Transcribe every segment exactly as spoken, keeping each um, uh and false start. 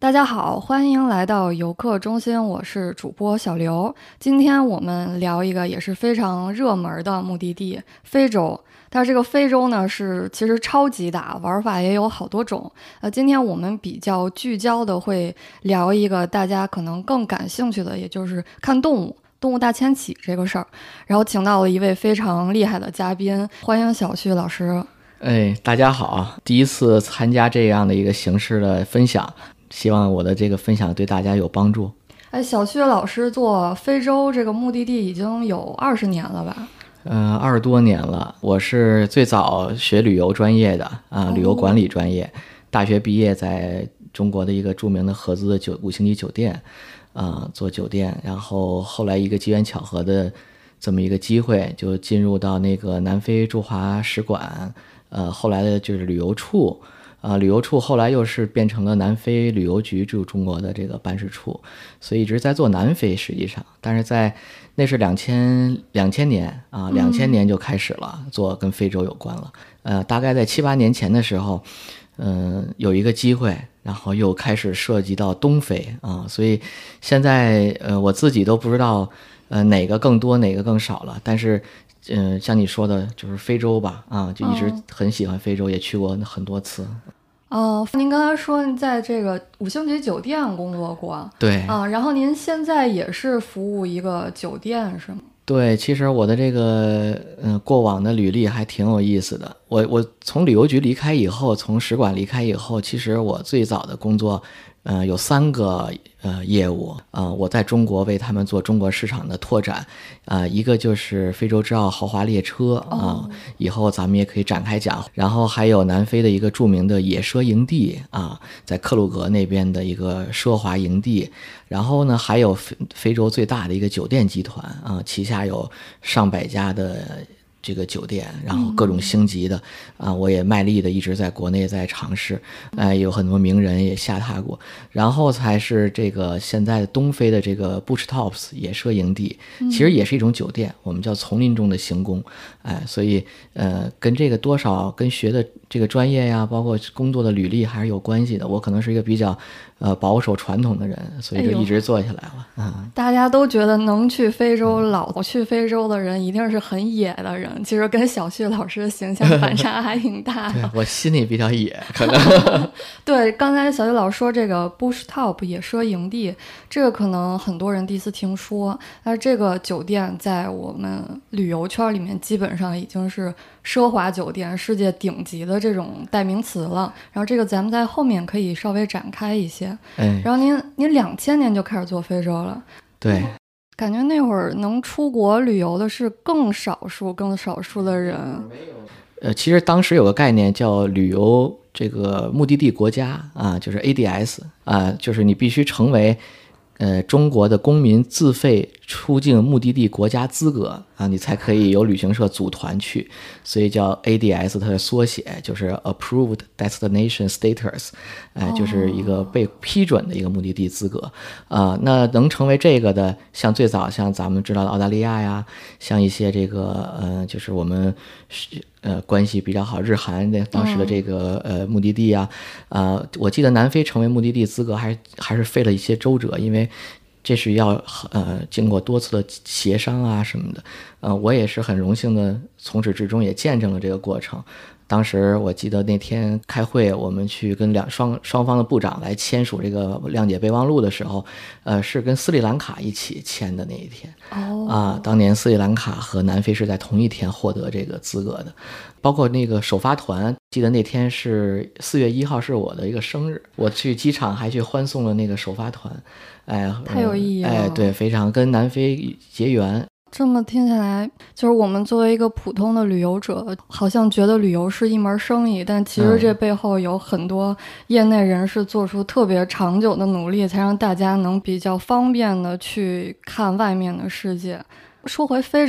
大家好，欢迎来到游客中心，我是主播小刘。今天我们聊一个也是非常热门的目的地——非洲。但是这个非洲呢，是其实超级大，玩法也有好多种。呃，今天我们比较聚焦的会聊一个大家可能更感兴趣的，也就是看动物。动物大迁徙这个事儿，然后请到了一位非常厉害的嘉宾，欢迎小旭老师。 哎，大家好，第一次参加这样的一个形式的分享，希望我的这个分享对大家有帮助。 哎，小旭老师做非洲这个目的地已经有二十年了吧？ 嗯、呃，二十多年了。我是最早学旅游专业的啊、呃，旅游管理专业，哦、大学毕业在中国的一个著名的合资的酒五星级酒店，啊、呃，做酒店，然后后来一个机缘巧合的这么一个机会，就进入到那个南非驻华使馆。呃，后来的就是旅游处，啊、呃，旅游处后来又是变成了南非旅游局驻中国的这个办事处，所以一直在做南非，实际上，但是在那是两千两千年啊，两千年就开始了、嗯、做跟非洲有关了，呃，大概在七八年前的时候，嗯、呃，有一个机会，然后又开始涉及到东非啊，所以现在呃我自己都不知道呃哪个更多哪个更少了，但是。嗯，像你说的，就是非洲吧，啊，就一直很喜欢非洲，哦、也去过很多次。 哦，您刚才说您在这个五星级酒店工作过， 对啊，然后您现在也是服务一个酒店是吗？ 对，其实我的这个嗯过往的履历还挺有意思的。我我从旅游局离开以后，从使馆离开以后，其实我最早的工作，呃，有三个呃业务啊、呃，我在中国为他们做中国市场的拓展，啊、呃，一个就是非洲之奥豪华列车啊、呃，以后咱们也可以展开讲。然后还有南非的一个著名的野奢营地啊，在克鲁格那边的一个奢华营地。然后呢，还有非非洲最大的一个酒店集团啊，旗下有上百家的这个酒店，然后各种星级的、嗯、啊，我也卖力的一直在国内在尝试，哎、呃，有很多名人也下榻过，然后才是这个现在东非的这个 Bush Tops 野奢营地，其实也是一种酒店，我们叫丛林中的行宫，哎，所以呃，跟这个多少跟学的这个专业呀，包括工作的履历还是有关系的。我可能是一个比较呃保守传统的人，所以就一直做下来了。哎、嗯， 大家都觉得能去非洲、嗯、老去非洲的人一定是很野的人，其实跟小旭老师的形象反差还挺大的。 对，我心里比较野，可能。 对，刚才小旭老师说这个 Bush Top 野奢营地，这个可能很多人第一次听说，但是这个酒店在我们旅游圈里面基本上已经是奢华酒店世界顶级的这种代名词了。然后这个咱们在后面可以稍微展开一些。 哎， 然后您您两千年就开始做非洲了， 对， 感觉那会儿能出国旅游的是更少数更少数的人。 呃，其实当时有个概念叫旅游这个目的地国家啊，就是 A D S 啊，就是你必须成为呃中国的公民自费出境目的地国家资格啊，你才可以由旅行社组团去，所以叫 A D S， 它的缩写就是 Approved Destination Status， 哎、呃，就是一个被批准的一个目的地资格啊、呃。那能成为这个的，像最早像咱们知道的澳大利亚呀，像一些这个呃，就是我们呃关系比较好日韩的当时的这个呃目的地啊，啊、呃，我记得南非成为目的地资格还还是费了一些周折，因为这是要呃经过多次的协商啊什么的，呃，我也是很荣幸的，从始至终也见证了这个过程。当时我记得那天开会，我们去跟两双双方的部长来签署这个谅解备忘录的时候，呃，是跟斯里兰卡一起签的那一天。 哦， 啊，当年斯里兰卡和南非是在同一天获得这个资格的，包括那个首发团，记得那天是四月一号是我的一个生日，我去机场还去欢送了那个首发团，哎， 太有意义了， 哎，对，非常跟南非结缘。 这么听下来，就是我们作为一个普通的旅游者，好像觉得旅游是一门生意，但其实这背后有很多业内人士做出特别长久的努力，才让大家能比较方便的去看外面的世界。说回非洲啊，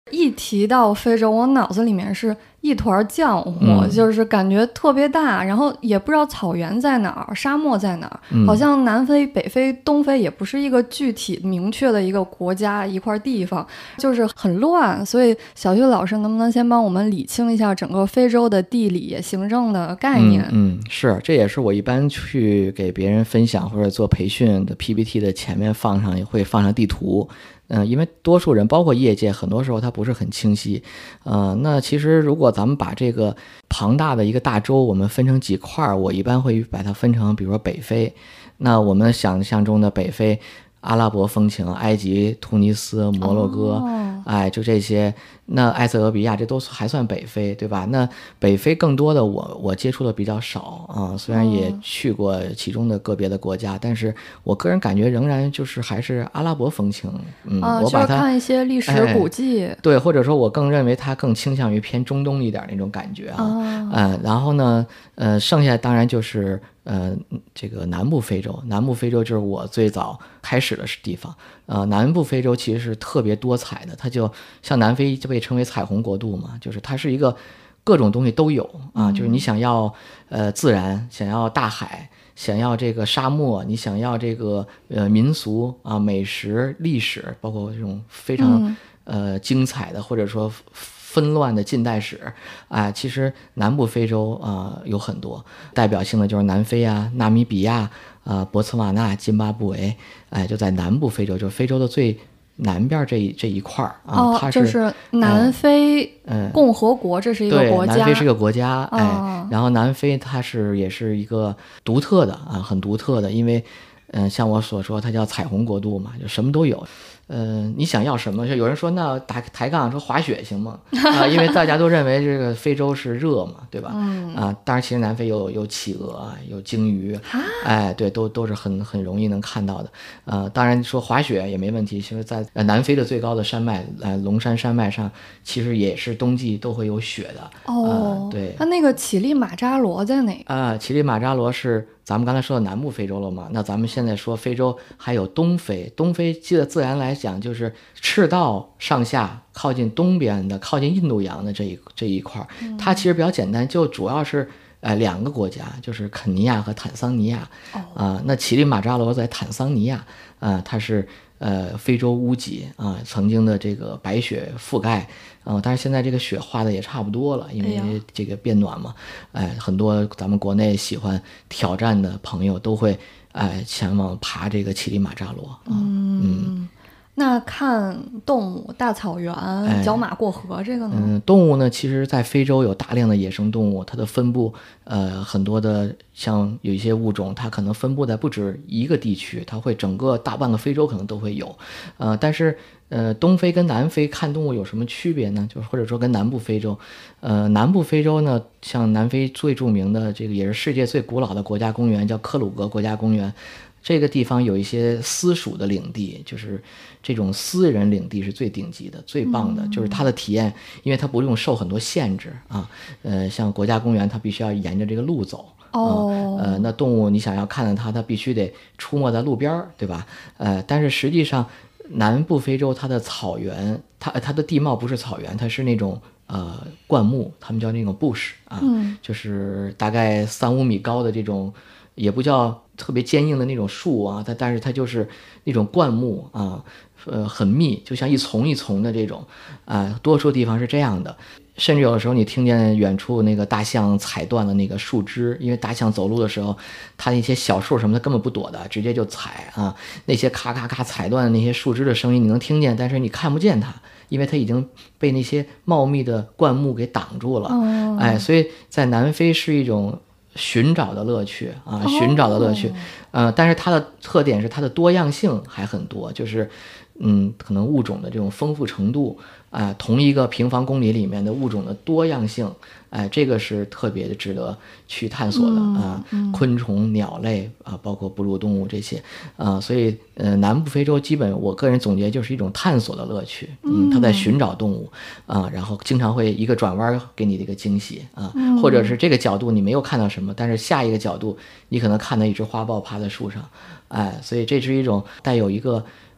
一提到非洲，我脑子里面是一团浆糊， 嗯、 就是感觉特别大，然后也不知道草原在哪儿，沙漠在哪儿、 嗯， 好像南非、北非、东非也不是一个具体明确的一个国家一块地方，就是很乱。所以小旭老师能不能先帮我们理清一下整个非洲的地理行政的概念？ 嗯，嗯是，这也是我一般去给别人分享或者做培训的 P P T 的前面放上也会放上地图。嗯，因为多数人包括业界很多时候它不是很清晰，呃，那其实如果咱们把这个庞大的一个大洲我们分成几块，我一般会把它分成比如说北非，那我们想象中的北非阿拉伯风情，埃及、突尼斯、摩洛哥、哦、哎，就这些。那埃塞俄比亚这都还算北非，对吧？那北非更多的我我接触的比较少啊，虽然也去过其中的个别的国家，哦、但是我个人感觉仍然就是还是阿拉伯风情。嗯， 啊、 我把它、 就是、看一些历史古迹、 哎，对，或者说我更认为它更倾向于偏中东一点那种感觉啊。 哦、 嗯，然后呢，呃，剩下当然就是呃这个南部非洲，南部非洲就是我最早开始的地方。呃，南部非洲其实是特别多彩的，它就像南非就被称为彩虹国度嘛，就是它是一个各种东西都有啊，就是你想要呃自然，想要大海，想要这个沙漠，你想要这个呃民俗啊、美食、历史，包括这种非常、嗯、呃精彩的或者说纷乱的近代史啊、呃，其实南部非洲啊、呃、有很多，代表性的就是南非啊、纳米比亚。啊、呃，博茨瓦纳、津巴布韦，哎，就在南部非洲，就是非洲的最南边这一这一块儿啊。 哦， 它是就是南非共和国，呃、这是一个国家。 对，南非是个国家，哎， 哦、 然后南非它是也是一个独特的啊，很独特的，因为，嗯、呃，像我所说，它叫彩虹国度嘛，就什么都有。呃，你想要什么？就有人说那打抬杠说滑雪行吗？啊，因为大家都认为这个非洲是热嘛，对吧？ 嗯啊，当然其实南非有有企鹅，有鲸鱼，哎，对，都都是很很容易能看到的。呃，当然说滑雪也没问题，其实在南非的最高的山脉，呃，龙山山脉上，其实也是冬季都会有雪的。 哦， 呃、对。 它那个乞力马扎罗在哪？ 啊，乞力马扎罗是咱们刚才说的南部非洲了嘛？那咱们现在说非洲还有东非，东非记得自然来讲就是赤道上下靠近东边的，靠近印度洋的这一这一块，它其实比较简单，就主要是呃两个国家，就是肯尼亚和坦桑尼亚。啊、 哦呃，那乞力马扎罗在坦桑尼亚，啊、呃，它是呃非洲屋脊啊、呃，曾经的这个白雪覆盖。嗯，但是现在这个雪化的也差不多了，因为这个变暖嘛，哎，很多咱们国内喜欢挑战的朋友都会哎前往爬这个乞力马扎罗啊。 嗯， 嗯那看动物，大草原、哎、角马过河这个呢？ 嗯，动物呢，其实在非洲有大量的野生动物，它的分布呃很多的，像有一些物种，它可能分布在不止一个地区，它会整个大半个非洲可能都会有，呃，但是。呃，东非跟南非看动物有什么区别呢？就是或者说跟南部非洲，呃，南部非洲呢，像南非最著名的这个也是世界最古老的国家公园，叫科鲁格国家公园。这个地方有一些私属的领地，就是这种私人领地是最顶级的、最棒的，就是它的体验，因为它不用受很多限制啊。呃，像国家公园，它必须要沿着这个路走。 哦、 呃，那动物你想要看到它，它必须得出没在路边，对吧？呃，但是实际上。南部非洲它的草原，它它的地貌不是草原，它是那种呃灌木，他们叫那种 bush 啊、 嗯， 就是大概三五米高的这种，也不叫特别坚硬的那种树啊，它但是它就是那种灌木啊，呃很密，就像一丛一丛的这种啊，多数地方是这样的。甚至有的时候你听见远处那个大象踩断了那个树枝，因为大象走路的时候，它那些小树什么的根本不躲的，直接就踩啊，那些咔咔咔踩断的那些树枝的声音你能听见，但是你看不见它，因为它已经被那些茂密的灌木给挡住了。 哦、 哎，所以在南非是一种寻找的乐趣啊，寻找的乐趣。呃，但是它的特点是它的多样性还很多，就是嗯，可能物种的这种丰富程度。啊、呃，同一个平方公里里面的物种的多样性，哎、呃，这个是特别的值得去探索的啊、 嗯嗯。 昆虫、鸟类啊、呃，包括哺乳动物这些啊、呃，所以呃，南部非洲基本我个人总结就是一种探索的乐趣。嗯，他在寻找动物啊、呃，然后经常会一个转弯给你这个惊喜啊、呃，或者是这个角度你没有看到什么，但是下一个角度你可能看到一只花豹趴在树上，哎、呃，所以这是一种带有一个。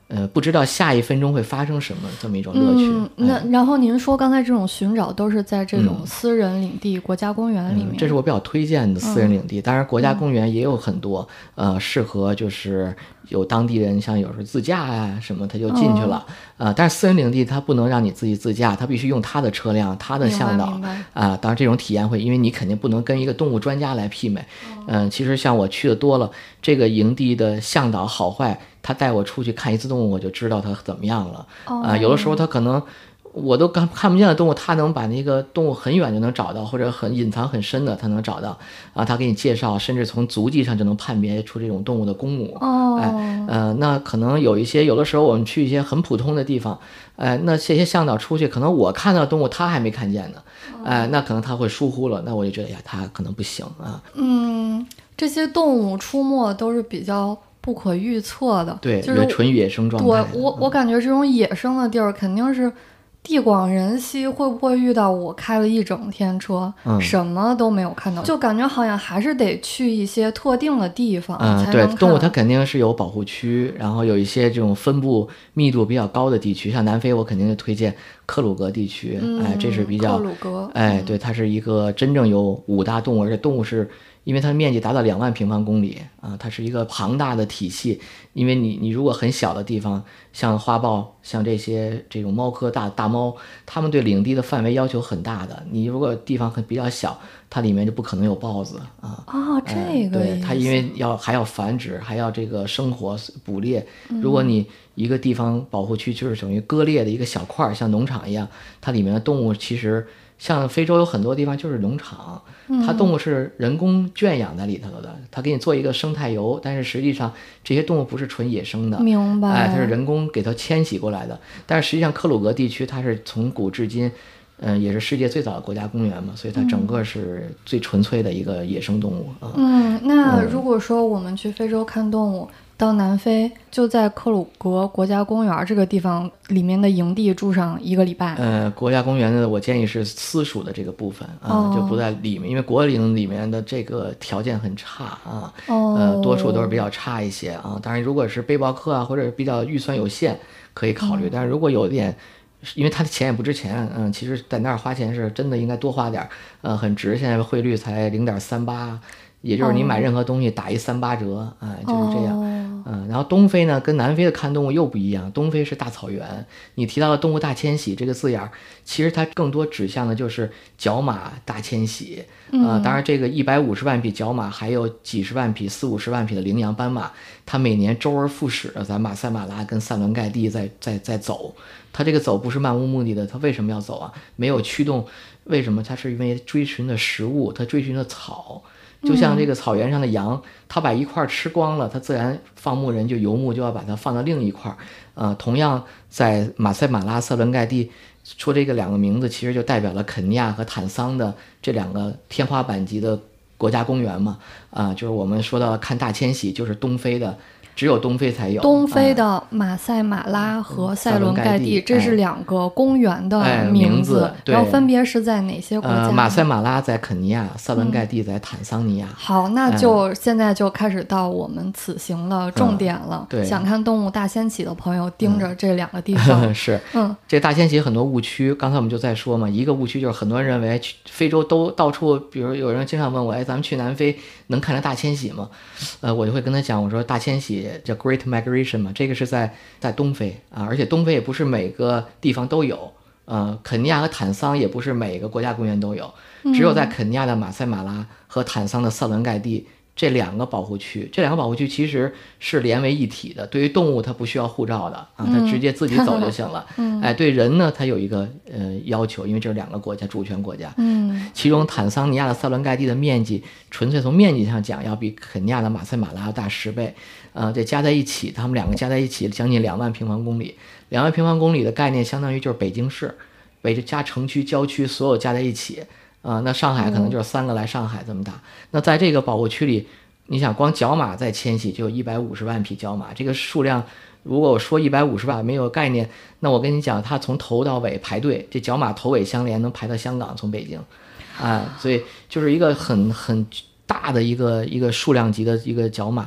呃，不知道下一分钟会发生什么这么一种乐趣。 嗯，那、 哎、 然后您说刚才这种寻找都是在这种私人领地、嗯、国家公园里面、 嗯，这是我比较推荐的私人领地。嗯、当然，国家公园也有很多、嗯、呃适合就是有当地人，像有时候自驾啊什么，他就进去了。嗯、呃，但是私人领地它不能让你自己自驾，它必须用他的车辆、他的向导啊、呃。当然，这种体验会，因为你肯定不能跟一个动物专家来媲美。嗯、呃，其实像我去的多了，这个营地的向导好坏。他带我出去看一次动物，我就知道他怎么样了。啊、 哦呃，有的时候他可能我都看看不见的动物，他能把那个动物很远就能找到，或者很隐藏很深的，他能找到。啊，他给你介绍，甚至从足迹上就能判别出这种动物的公母。 哦， 哎，呃，那可能有一些，有的时候我们去一些很普通的地方，哎，那这些向导出去，可能我看到的动物他还没看见呢，哎，那可能他会疏忽了，那我就觉得呀，他可能不行啊。 嗯，这些动物出没都是比较不可预测的， 对， 就是纯野生状态。 对，我我感觉这种野生的地儿肯定是地广人稀，会不会遇到我开了一整天车、嗯、什么都没有看到，就感觉好像还是得去一些特定的地方嗯， 才能看。 对，动物它肯定是有保护区，然后有一些这种分布密度比较高的地区，像南非我肯定是推荐克鲁格地区、 嗯、 哎，这是比较克鲁格， 哎，对，它是一个真正有五大动物，而且动物是因为它的面积达到两万平方公里啊，它是一个庞大的体系。因为你你如果很小的地方，像花豹，像这些这种猫科大大猫，它们对领地的范围要求很大的。你如果地方很比较小，它里面就不可能有豹子啊。 哦，这个、 呃、对，它因为要还要繁殖，还要这个生活捕猎。如果你一个地方保护区就是等于割裂的一个小块，像农场一样，它里面的动物其实。像非洲有很多地方就是农场，它动物是人工圈养在里头的，它给你做一个生态游，但是实际上这些动物不是纯野生的， 明白？ 哎，它是人工给它迁徙过来的。但是实际上克鲁格地区它是从古至今，嗯、呃，也是世界最早的国家公园嘛，所以它整个是最纯粹的一个野生动物啊。 嗯，那如果说我们去非洲看动物。嗯到南非就在克鲁格国家公园这个地方里面的营地住上一个礼拜。 呃，国家公园的我建议是私属的这个部分啊、 哦， 就不在里面，因为国营里面的这个条件很差啊， 哦、 呃，多数都是比较差一些啊。当然，如果是背包客啊，或者比较预算有限，可以考虑。嗯、但是如果有点，因为他的钱也不值钱，嗯，其实在那儿花钱是真的应该多花点，呃，很值。现在汇率才零点三八。也就是你买任何东西打一三八折，哎、哦，就是这样，嗯，然后东非呢跟南非的看动物又不一样，东非是大草原，你提到的动物大迁徙这个字眼，其实它更多指向的就是角马大迁徙，呃，当然这个一百五十万匹角马，还有几十万匹、四五十万匹的羚羊斑马，它每年周而复始的在马赛马拉跟塞伦盖蒂在在在走，它这个走不是漫无目的的，它为什么要走啊？没有驱动，为什么？它是因为追寻的食物，它追寻的草。就像这个草原上的羊，它把一块吃光了，它自然放牧人就游牧就要把它放到另一块。呃，同样在马赛马拉、塞伦盖蒂，说这个两个名字其实就代表了肯尼亚和坦桑的这两个天花板级的国家公园嘛。啊、呃，就是我们说到看大迁徙，就是东非的。只有东非才有， 东非的马赛马拉和塞伦盖蒂， 嗯、 这是两个公园的名字， 哎、 然后分别是在哪些国家？ 呃，马赛马拉在肯尼亚，塞伦盖蒂在坦桑尼亚。 嗯、好，那就现在就开始到我们此行的重点了。 嗯、对， 想看动物大迁徙的朋友盯着这两个地方。 嗯、是， 嗯， 这大迁徙很多误区，刚才我们就在说嘛，一个误区就是很多人认为去非洲都到处，比如有人经常问我，哎，咱们去南非能看着大迁徙吗？呃，我就会跟他讲，我说大迁徙叫 Great Migration 嘛，这个是在在东非啊，而且东非也不是每个地方都有，呃，肯尼亚和坦桑也不是每个国家公园都有，只有在肯尼亚的马赛马拉和坦桑的塞伦盖蒂这两个保护区，这两个保护区其实是连为一体的。对于动物它不需要护照的啊，它直接自己走就行了。 嗯、 哎，对人呢，它有一个呃要求，因为这是两个国家主权国家。 嗯， 其中坦桑尼亚的塞伦盖蒂的面积，纯粹从面积上讲，要比肯尼亚的马赛马拉要大十倍。呃，这加在一起，他们两个加在一起将近两万平方公里。两万平方公里的概念，相当于就是北京市，北加城区、郊区所有加在一起。啊、呃，那上海可能就是三个来上海这么大。嗯、那在这个保护区里，你想光角马在迁徙就有一百五十万匹角马，这个数量，如果我说一百五十万没有概念，那我跟你讲，它从头到尾排队，这角马头尾相连，能排到香港，从北京，啊、呃，所以就是一个很很大的一个一个数量级的一个角马。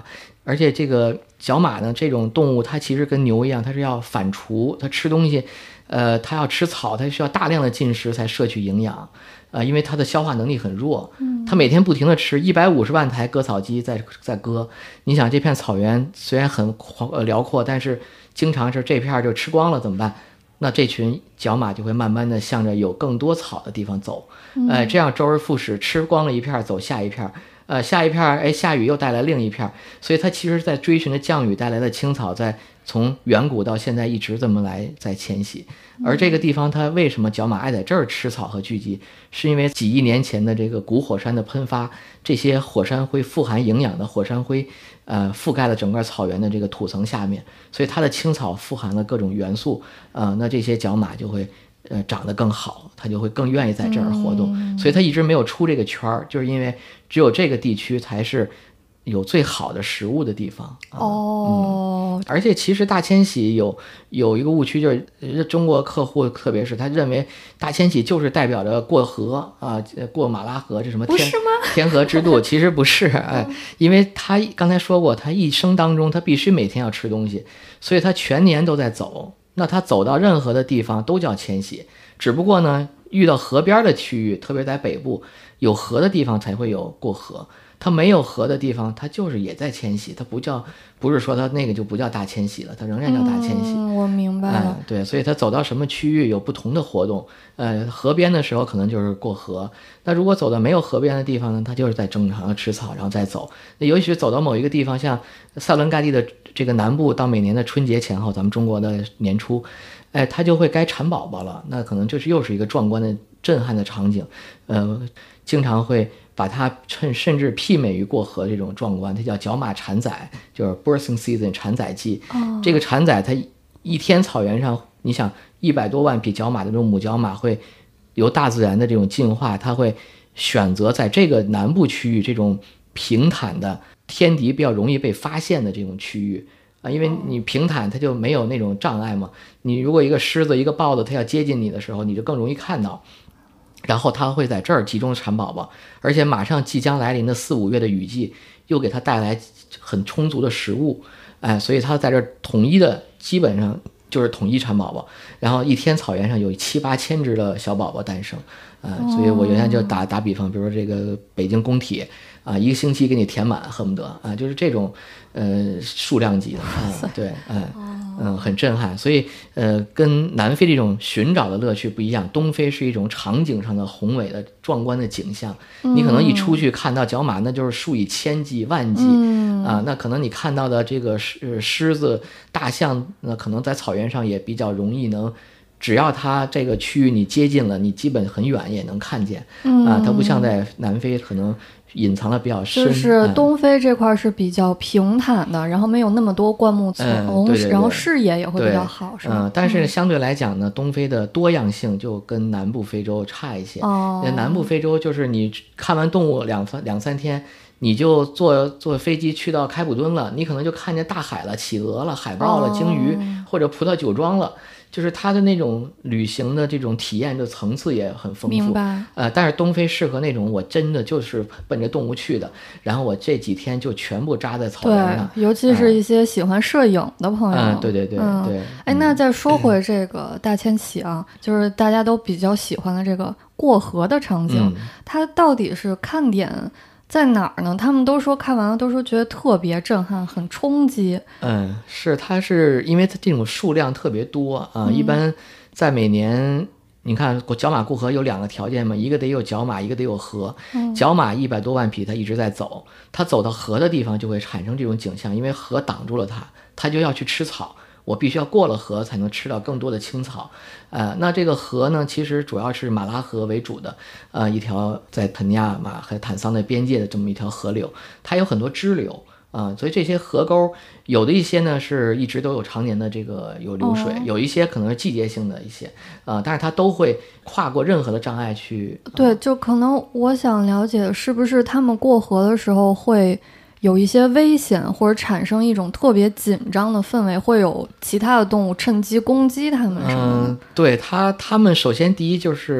而且这个角马呢，这种动物它其实跟牛一样，它是要反刍，它吃东西，呃，它要吃草，它需要大量的进食才摄取营养，呃，因为它的消化能力很弱，它每天不停的吃，一百五十万台割草机在在割，你想这片草原虽然很呃辽阔，但是经常是这片就吃光了怎么办？那这群角马就会慢慢的向着有更多草的地方走，呃，这样周而复始，吃光了一片走下一片。呃，下一片哎，下雨又带来另一片，所以它其实在追寻着降雨带来的青草，在从远古到现在一直这么来在迁徙。而这个地方它为什么角马爱在这儿吃草和聚集，是因为几亿年前的这个古火山的喷发，这些火山灰富含营养的火山灰，呃，覆盖了整个草原的这个土层下面，所以它的青草富含了各种元素，呃，那这些角马就会。呃，长得更好，它就会更愿意在这儿活动，嗯、所以它一直没有出这个圈儿，就是因为只有这个地区才是有最好的食物的地方。 哦、 嗯，而且其实大迁徙有有一个误区，就是中国客户特别是他认为大迁徙就是代表着过河啊，过马拉河，这什么天天河之渡，其实不是，哎，因为他刚才说过，他一生当中他必须每天要吃东西，所以他全年都在走。那它走到任何的地方都叫迁徙，只不过呢，遇到河边的区域，特别在北部有河的地方才会有过河，它没有河的地方，它就是也在迁徙，它不叫不是说它那个就不叫大迁徙了，它仍然叫大迁徙。 嗯，我明白了。 嗯，对，所以它走到什么区域有不同的活动。呃，河边的时候可能就是过河，那如果走到没有河边的地方呢，它就是在正常的吃草，然后再走。那尤其是走到某一个地方，像塞伦盖蒂的这个南部，到每年的春节前后，咱们中国的年初，哎，它就会该产宝宝了。那可能这是又是一个壮观的、震撼的场景。呃，经常会把它甚甚至媲美于过河这种壮观，它叫角马产崽，就是 birthing season 产崽季。 哦、 这个产崽它一天草原上，你想一百多万匹角马的这种母角马会由大自然的这种进化，它会选择在这个南部区域这种平坦的天敌比较容易被发现的这种区域啊，因为你平坦它就没有那种障碍嘛。你如果一个狮子一个豹子它要接近你的时候，你就更容易看到。然后它会在这儿集中产宝宝，而且马上即将来临的四五月的雨季又给它带来很充足的食物，哎，所以它在这儿统一的基本上就是统一产宝宝，然后一天草原上有七八千只的小宝宝诞生，啊、呃，所以我原来就打打比方，比如说这个北京工体啊，一个星期给你填满，恨不得啊，就是这种呃数量级的啊，对，嗯嗯，很震撼。所以呃，跟南非这种寻找的乐趣不一样，东非是一种场景上的宏伟的壮观的景象。你可能一出去看到角马，那就是数以千计万计、嗯、啊，那可能你看到的这个狮狮子、大象，那可能在草原上也比较容易能。只要它这个区域你接近了，你基本很远也能看见、嗯、啊，它不像在南非可能隐藏的比较深。 就是东非这块是比较平坦的，嗯、然后没有那么多灌木丛、 嗯对对对， 然后视野也会比较好，是吧？ 嗯，但是相对来讲呢，东非的多样性就跟南部非洲差一些。 哦， 南部非洲就是你看完动物两三两三天。你就坐坐飞机去到开普敦了，你可能就看见大海了、企鹅了、海豹了、鲸鱼、哦、或者葡萄酒庄了，就是它的那种旅行的这种体验的层次也很丰富。 明白。 呃，但是东非适合那种我真的就是奔着动物去的，然后我这几天就全部扎在草原上。 对，尤其是一些喜欢摄影的朋友。 嗯，对对对、嗯、对。 哎，那再说回这个大迁徙啊、嗯，就是大家都比较喜欢的这个过河的场景，嗯、它到底是看点在哪儿呢？他们都说看完了都说觉得特别震撼，很冲击。 嗯，是，它是因为它这种数量特别多啊、呃嗯，一般在每年你看角马过河有两个条件嘛，一个得有角马，一个得有河。嗯、角马一百多万匹，它一直在走，它走到河的地方就会产生这种景象，因为河挡住了它，它就要去吃草。我必须要过了河才能吃到更多的青草，呃，那这个河呢，其实主要是马拉河为主的，呃，一条在肯尼亚马和坦桑的边界的这么一条河流，它有很多支流啊、呃，所以这些河沟有的一些呢是一直都有常年的这个有流水，哦、有一些可能是季节性的一些，啊、呃，但是它都会跨过任何的障碍去。呃、 对，就可能我想了解是不是他们过河的时候会。有一些危险或者产生一种特别紧张的氛围，会有其他的动物趁机攻击它们什么的。 嗯，对，它它们首先第一就是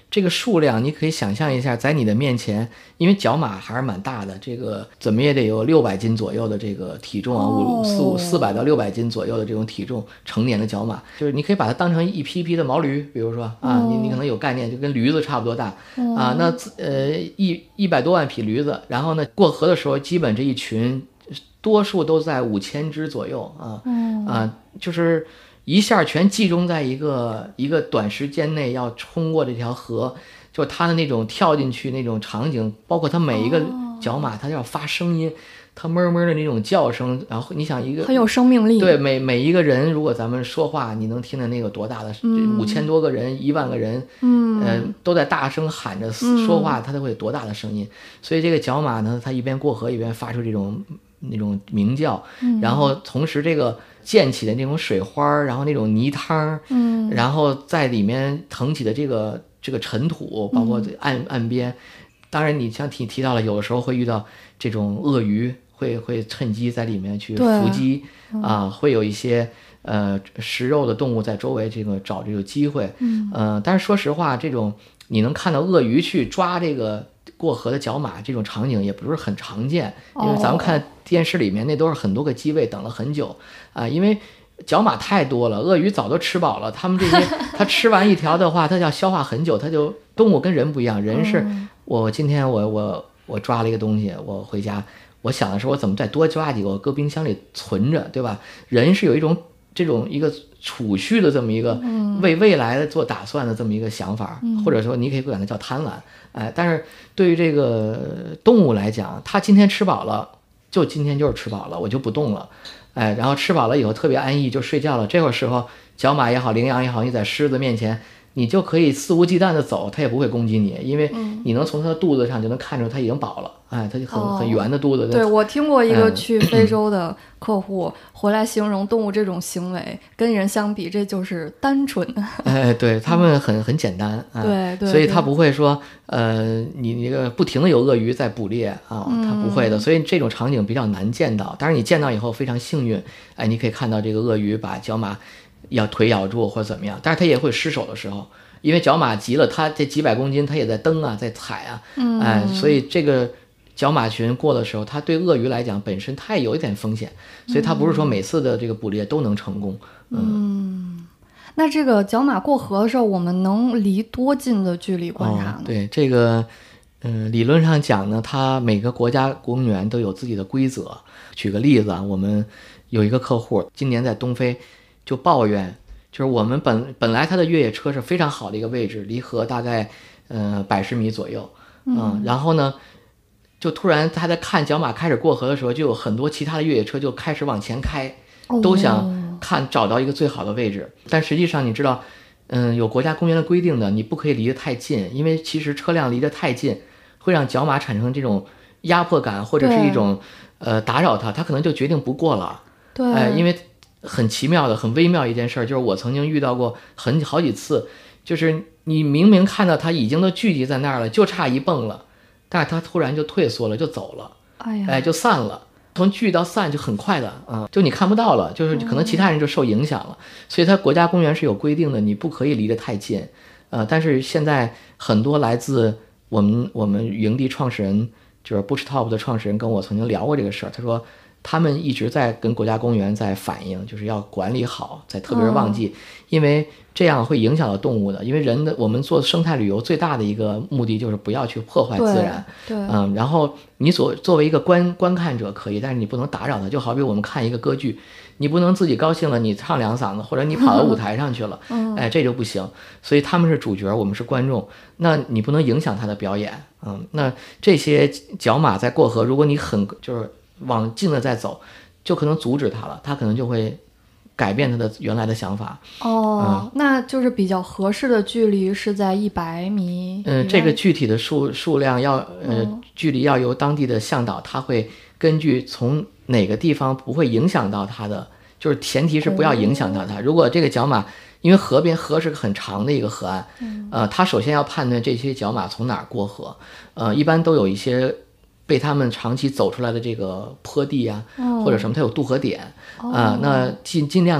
这个数量你可以想象一下，在你的面前，因为角马还是蛮大的，这个怎么也得有六百斤左右的这个体重啊，五四五四百到六百斤左右的这种体重，成年的角马，就是你可以把它当成一批批的毛驴，比如说啊，你你可能有概念，就跟驴子差不多大啊。那呃一一百多万匹驴子，然后呢过河的时候，基本这一群多数都在五千只左右啊啊，就是一下全集中在一个一个短时间内要冲过这条河，就它的那种跳进去那种场景，包括它每一个角马，它要发声音，它哞哞的那种叫声，然后你想一个很有生命力。 对，每每一个人，如果咱们说话，你能听见那个多大的，五千多个人，一万个人，嗯、呃，都在大声喊着说话，它都会有多大的声音？所以这个角马呢，它一边过河一边发出这种那种鸣叫，然后同时这个溅起的那种水花，然后那种泥汤，嗯，然后在里面腾起的这个这个尘土，包括岸岸边，当然你像提提到了，有的时候会遇到这种鳄鱼，会会趁机在里面去伏击啊，会有一些呃食肉的动物在周围这个找这个机会，嗯，呃，但是说实话，这种你能看到鳄鱼去抓这个过河的角马这种场景也不是很常见，因为咱们看电视里面那都是很多个机位等了很久啊、呃，因为角马太多了，鳄鱼早都吃饱了，他们这些它吃完一条的话，它要消化很久，它就动物跟人不一样，人是我今天我我我抓了一个东西，我回家我想的是我怎么再多抓几个，我搁冰箱里存着，对吧？人是有一种这种一个储蓄的这么一个为未来做打算的这么一个想法，嗯、或者说你可以管它叫贪婪，哎，但是对于这个动物来讲，它今天吃饱了，就今天就是吃饱了，我就不动了，哎，然后吃饱了以后特别安逸就睡觉了。这会儿时候，角马也好，羚羊也好，你在狮子面前，你就可以肆无忌惮的走，它也不会攻击你，因为你能从它的肚子上就能看出它已经饱了，哎，它就很、哦、很圆的肚子。 对，我听过一个去非洲的客户、嗯、回来形容动物这种行为，跟人相比，这就是单纯。 哎，对，他们很很简单，哎、 对对， 所以他不会说，呃，你那个不停的有鳄鱼在捕猎啊，他不会的，所以这种场景比较难见到。当然你见到以后非常幸运，哎，你可以看到这个鳄鱼把角马要腿咬住或者怎么样，但是它也会失手的时候，因为角马急了，它这几百公斤它也在蹬啊，在踩啊，嗯，哎，所以这个角马群过的时候，它对鳄鱼来讲本身它也有一点风险，所以它不是说每次的这个捕猎都能成功。嗯， 嗯，那这个角马过河的时候，我们能离多近的距离观察呢？ 哦、对这个，嗯、呃，理论上讲呢，它每个国家公园都有自己的规则。举个例子啊，我们有一个客户今年在东非就抱怨，就是我们本本来他的越野车是非常好的一个位置，离河大概呃百十米左右，嗯，嗯然后呢，就突然他在看角马开始过河的时候，就有很多其他的越野车就开始往前开，都想看找到一个最好的位置，但实际上你知道，嗯，有国家公园的规定的，你不可以离得太近，因为其实车辆离得太近会让角马产生这种压迫感，或者是一种呃打扰它，它可能就决定不过了。 对， 哎、呃，因为很奇妙的、很微妙一件事，就是我曾经遇到过很好几次，就是你明明看到它已经都聚集在那儿了，就差一蹦了，但是它突然就退缩了，就走了， 哎呀， 哎，就散了。从聚到散就很快的啊、嗯，就你看不到了，就是可能其他人就受影响了，嗯、所以它国家公园是有规定的，你不可以离得太近，呃，但是现在很多来自我们我们营地创始人就是 Bush Top 的创始人跟我曾经聊过这个事儿，他说他们一直在跟国家公园在反映，就是要管理好，在特别是旺季，哦、因为这样会影响到动物的。因为人的我们做生态旅游最大的一个目的就是不要去破坏自然， 对，对嗯，然后你所作为一个观观看者可以，但是你不能打扰它。就好比我们看一个歌剧，你不能自己高兴了你唱两嗓子，或者你跑到舞台上去了，嗯、哎，这就不行。所以他们是主角，我们是观众，那你不能影响他的表演，嗯，那这些角马在过河，如果你很就是往近了再走，就可能阻止他了，他可能就会改变他的原来的想法。 哦，嗯、那就是比较合适的距离是在一百米。 嗯、呃，这个具体的数数量要呃、嗯、距离要由当地的向导，他会根据从哪个地方不会影响到他的，就是前提是不要影响到他。哦、如果这个角马，因为河边河是个很长的一个河岸，嗯、呃，他首先要判断这些角马从哪儿过河，呃，一般都有一些被他们长期走出来的这个坡地啊，哦、或者什么，它有渡河点啊、哦呃，那尽尽量的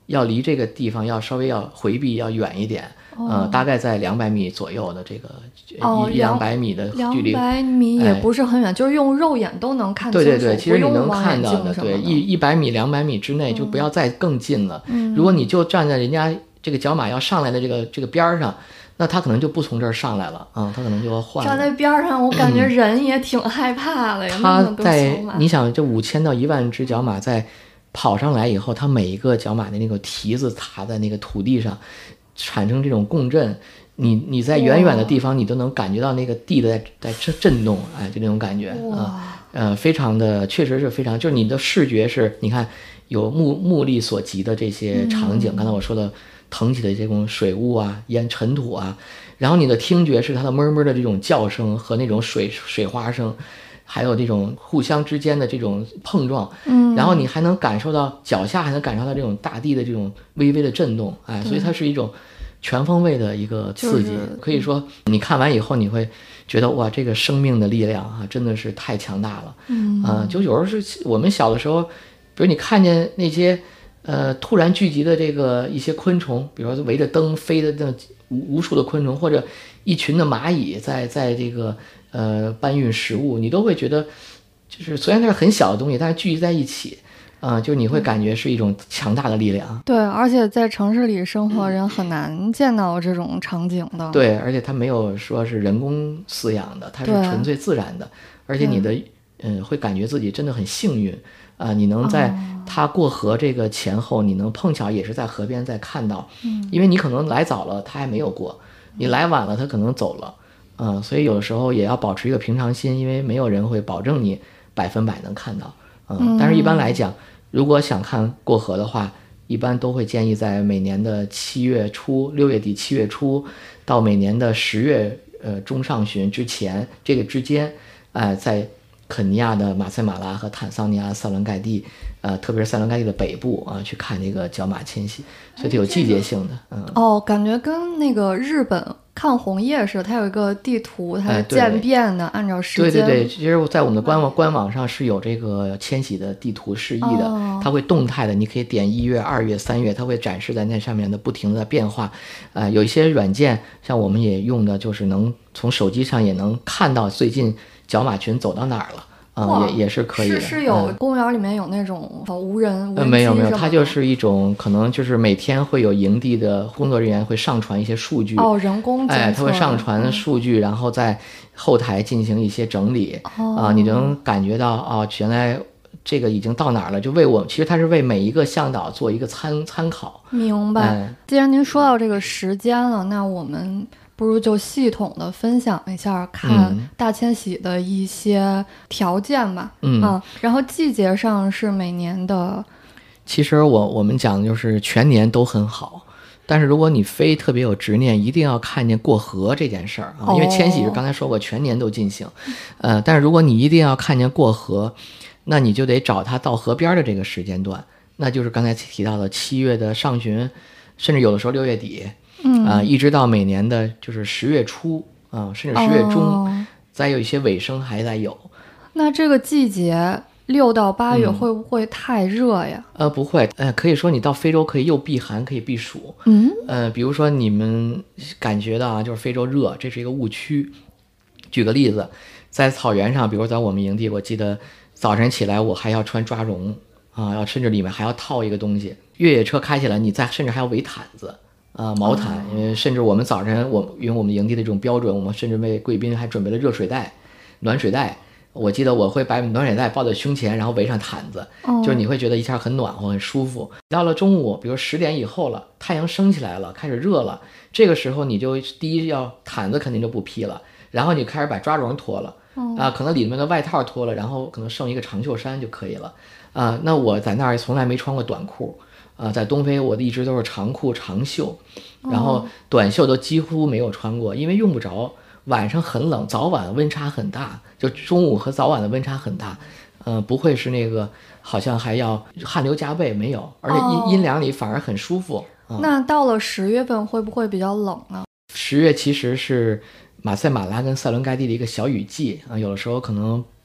要离这个地方要稍微要回避要远一点， 哦、 呃，大概在两百米左右的这个、 哦、 一两百米的距离， 两百米也不是很远，哎、就是用肉眼都能看清楚。 对对对，其实你能看到的， 对，一一百米、两百米之内就不要再更近了。 嗯、 如果你就站在人家这个角马要上来的这个这个边上，那他可能就不从这儿上来了啊、嗯，他可能就要换了。 站在边上，我感觉人也挺害怕的呀。 他在你想，这五千到一万只角马在跑上来以后，它每一个角马的那个蹄子踏在那个土地上，产生这种共振。你你在远远的地方，你都能感觉到那个地的在在震动，哎，就那种感觉啊，呃，非常的，确实是非常，就是你的视觉是，你看有目目力所及的这些场景， 嗯、 刚才我说的腾起的这种水雾啊、烟尘土啊，然后你的听觉是它的哞哞的这种叫声和那种水水花声。还有这种互相之间的这种碰撞， 嗯， 然后你还能感受到脚下还能感受到这种大地的这种微微的震动，哎，所以它是一种全方位的一个刺激， 就是、 可以说你看完以后你会觉得哇，这个生命的力量啊，真的是太强大了， 嗯， 呃，就有时候是我们小的时候，比如你看见那些呃突然聚集的这个一些昆虫，比如说围着灯飞的那无无数的昆虫，或者一群的蚂蚁在在这个。呃，搬运食物，你都会觉得，就是虽然它是很小的东西，但是聚集在一起，啊、呃，就你会感觉是一种强大的力量。 对，而且在城市里生活人很难见到这种场景的。 对，而且它没有说是人工饲养的，它是纯粹自然的，而且你的嗯、呃，会感觉自己真的很幸运啊、呃，你能在它过河这个前后，你能碰巧也是在河边再看到， 嗯， 因为你可能来早了，它还没有过；你来晚了，它可能走了。嗯，所以有的时候也要保持一个平常心，因为没有人会保证你百分百能看到。嗯，但是一般来讲，如果想看过河的话，一般都会建议在每年的七月初、六月底、七月初到每年的十月呃中上旬之前这个之间，哎、呃，在肯尼亚的马赛马拉和坦桑尼亚塞伦盖蒂，呃，特别是塞伦盖蒂的北部啊、呃，去看这个角马迁徙，所以它有季节性的。嗯， 哦，感觉跟那个日本看红叶似的，它有一个地图，它是渐变的， 哎、 按照时间。 对对对，其实在我们的官网官网上是有这个迁徙的地图示意的， 哦、 它会动态的，你可以点一月、二月、三月，它会展示在那上面的不停的变化。呃，有一些软件，像我们也用的，就是能从手机上也能看到最近角马群走到哪儿了。啊、嗯，也也是可以的。 是是有、嗯、公园里面有那种无人无人机、呃、 没有没有，它就是一种可能就是每天会有营地的工作人员会上传一些数据哦，人工哎，他会上传数据，嗯、然后在后台进行一些整理啊、哦呃，你能感觉到哦，原来这个已经到哪儿了，就为我其实它是为每一个向导做一个参参考。 明白、哎。既然您说到这个时间了，那我们。不如就系统的分享一下看大迁徙的一些条件吧。 嗯、 啊，然后季节上是每年的。 其实我我们讲的就是全年都很好，但是如果你非特别有执念，一定要看见过河这件事儿啊，因为迁徙是刚才说过全年都进行，呃，但是如果你一定要看见过河，那你就得找它到河边的这个时间段，那就是刚才提到的七月的上旬，甚至有的时候六月底。 嗯啊、呃，一直到每年的就是十月初啊、呃，甚至十月中、 哦， 再有一些尾声还在有。 那这个季节六到八月会不会太热呀？ 嗯、呃，不会，呃，可以说你到非洲可以又避寒可以避暑。 嗯， 呃，比如说你们感觉到啊，就是非洲热，这是一个误区。举个例子，在草原上，比如在我们营地，我记得早晨起来我还要穿抓绒啊，要甚至里面还要套一个东西。越野车开起来，你再甚至还要围毯子。啊、呃，毛毯，因为甚至我们早晨，我因为我们营地的这种标准，我们甚至为贵宾还准备了热水袋、暖水袋。我记得我会把暖水袋抱在胸前，然后围上毯子， 哦、 就是你会觉得一下很暖和、很舒服。到了中午，比如十点以后了，太阳升起来了，开始热了，这个时候你就第一要毯子肯定就不披了，然后你开始把抓绒脱了，啊、 哦呃，可能里面的外套脱了，然后可能剩一个长袖衫就可以了。啊、呃，那我在那儿从来没穿过短裤。啊、呃，在东非我一直都是长裤长袖，然后短袖都几乎没有穿过，因为用不着。晚上很冷，早晚温差很大，就中午和早晚的温差很大，嗯、呃，不会是那个好像还要汗流浃背，没有，而且阴、哦、阴凉里反而很舒服。嗯、 那到了十月份会不会比较冷呢？ 十月其实是马赛马拉跟塞伦盖蒂的一个小雨季啊、呃，有的时候可能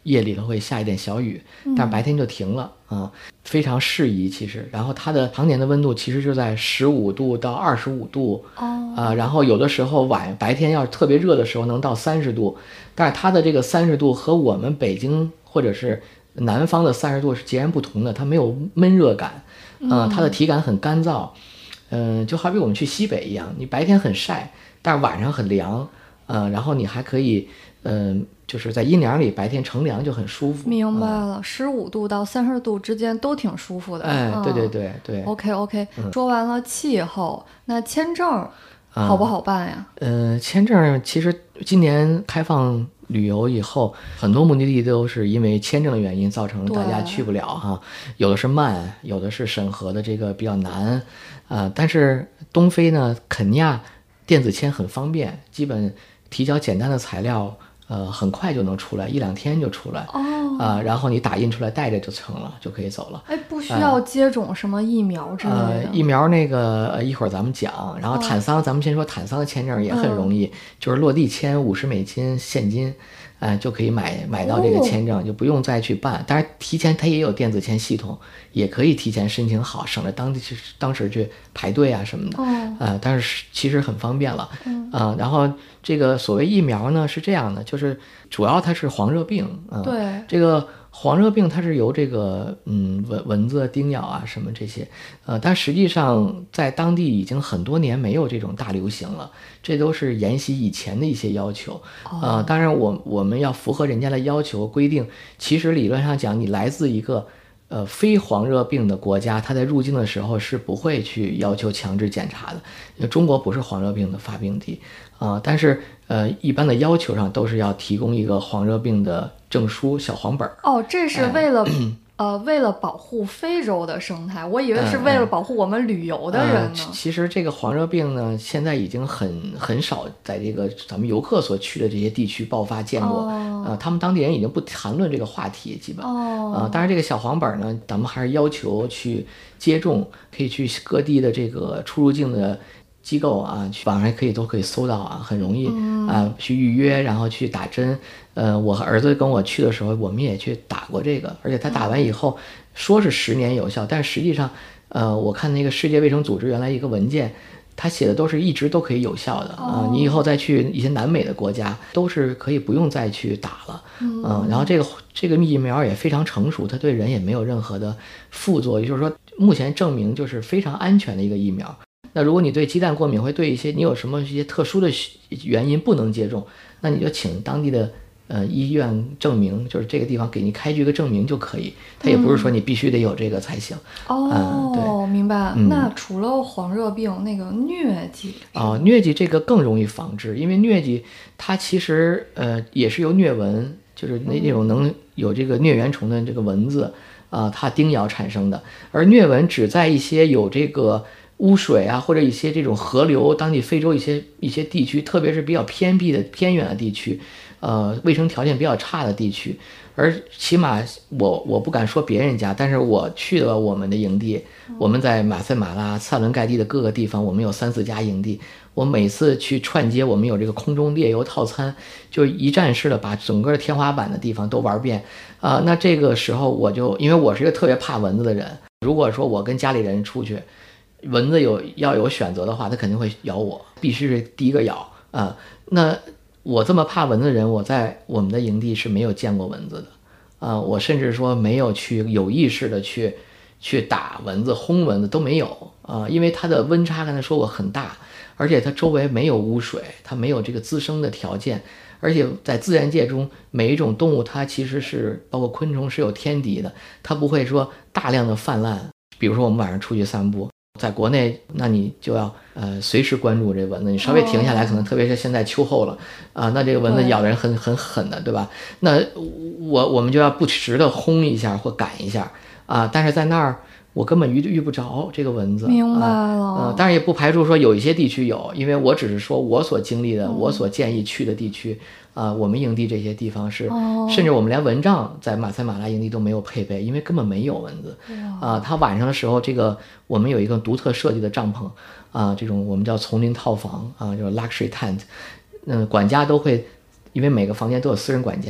夜里头会下一点小雨，但是白天就停了啊，非常适宜其实。然后它的常年的温度其实就在十五度到二十五度哦， 啊，然后有的时候晚白天要是特别热的时候能到三十度，但是它的这个三十度和我们北京或者是南方的三十度是截然不同的，它没有闷热感，啊，它的体感很干燥，嗯、呃，就好比我们去西北一样，你白天很晒，但是晚上很凉，呃，然后你还可以，嗯、呃，就是在阴凉里白天乘凉就很舒服。 明白了，十五度到三十度之间都挺舒服的。 哎， 嗯、 对对对对。 OK OK，、嗯、说完了气候，那签证好不好办呀？ 嗯、呃，签证其实今年开放旅游以后，很多目的地都是因为签证的原因造成大家去不了哈，有的是慢，有的是审核的这个比较难，啊、呃，但是东非呢，肯尼亚电子签很方便，基本提交简单的材料。呃，很快就能出来，一两天就出来哦， 啊、呃，然后你打印出来带着就成了，就可以走了。 哎，不需要接种什么疫苗之类的。 呃，疫苗那个呃一会儿咱们讲，然后坦桑，哦、咱们先说坦桑的签证也很容易，嗯、就是落地签五十美金现金，呃，就可以买买到这个签证，哦、就不用再去办。当然提前它也有电子签系统，也可以提前申请好，省得当地去当时去排队啊什么的。哦，呃，但是其实很方便了。嗯，啊、呃，然后。这个所谓疫苗呢是这样的，就是主要它是黄热病啊。 对， 这个黄热病它是由这个嗯蚊蚊子叮咬啊什么这些，呃，但实际上在当地已经很多年没有这种大流行了，这都是沿袭以前的一些要求。哦、呃，当然我我们要符合人家的要求规定，其实理论上讲，你来自一个。呃，非黄热病的国家，它在入境的时候是不会去要求强制检查的，因为中国不是黄热病的发病地啊、呃。但是呃，一般的要求上都是要提供一个黄热病的证书小黄本。 哦，这是为了、哎、呃为了保护非洲的生态，我以为是为了保护我们旅游的人呢。 呃、其实这个黄热病呢，现在已经很很少在这个咱们游客所去的这些地区爆发见过。哦呃，他们当地人已经不谈论这个话题，基本。哦。呃，当然这个小黄本呢，咱们还是要求去接种，可以去各地的这个出入境的机构啊，去网上可以都可以搜到啊，很容易啊、嗯呃，去预约，然后去打针。呃，我和儿子跟我去的时候，我们也去打过这个，而且他打完以后、嗯、说是十年有效，但实际上，呃，我看那个世界卫生组织原来一个文件。他写的都是一直都可以有效的啊、呃，你以后再去一些南美的国家都是可以不用再去打了，嗯、呃，然后这个这个疫苗也非常成熟，它对人也没有任何的副作用，就是说目前证明就是非常安全的一个疫苗。那如果你对鸡蛋过敏，会对一些你有什么一些特殊的原因不能接种，那你就请当地的。呃，医院证明就是这个地方给你开具一个证明就可以，它也不是说你必须得有这个才行。 嗯、哦、嗯，对，明白。 嗯、 那除了黄热病，那个疟疾哦，疟疾这个更容易防治，因为疟疾它其实呃也是由疟蚊，就是那那种能有这个疟原虫的这个蚊子啊、呃，它叮咬产生的，而疟蚊只在一些有这个。污水啊，或者一些这种河流，当地非洲一些一些地区，特别是比较偏僻的偏远的地区，呃，卫生条件比较差的地区，而起码我我不敢说别人家，但是我去了我们的营地，我们在马赛马拉、塞伦盖蒂的各个地方，我们有三四家营地，我每次去串接，我们有这个空中猎游套餐，就一站式的把整个天花板的地方都玩遍啊、呃。那这个时候我就因为我是一个特别怕蚊子的人，如果说我跟家里人出去。蚊子有要有选择的话，它肯定会咬我，必须是第一个咬啊、呃。那我这么怕蚊子的人，我在我们的营地是没有见过蚊子的啊、呃。我甚至说没有去有意识的去去打蚊子、轰蚊子都没有啊、呃，因为它的温差刚才说过很大，而且它周围没有污水，它没有这个滋生的条件，而且在自然界中，每一种动物它其实是包括昆虫是有天敌的，它不会说大量的泛滥。比如说我们晚上出去散步。在国内，那你就要呃随时关注这蚊子，你稍微停下来，可能特别是现在秋后了啊、呃，那这个蚊子咬人很很狠的，对吧？那我我们就要不时的轰一下或赶一下啊、呃，但是在那儿我根本遇遇不着这个蚊子。 明白了。 呃，当然也不排除说有一些地区有，因为我只是说我所经历的，嗯、我所建议去的地区。啊、呃，我们营地这些地方是，哦、甚至我们连蚊帐在马赛马拉营地都没有配备，因为根本没有蚊子。啊、呃，它晚上的时候，这个我们有一个独特设计的帐篷，啊、呃，这种我们叫丛林套房啊，就是 luxury tent。嗯、呃，管家都会，因为每个房间都有私人管家，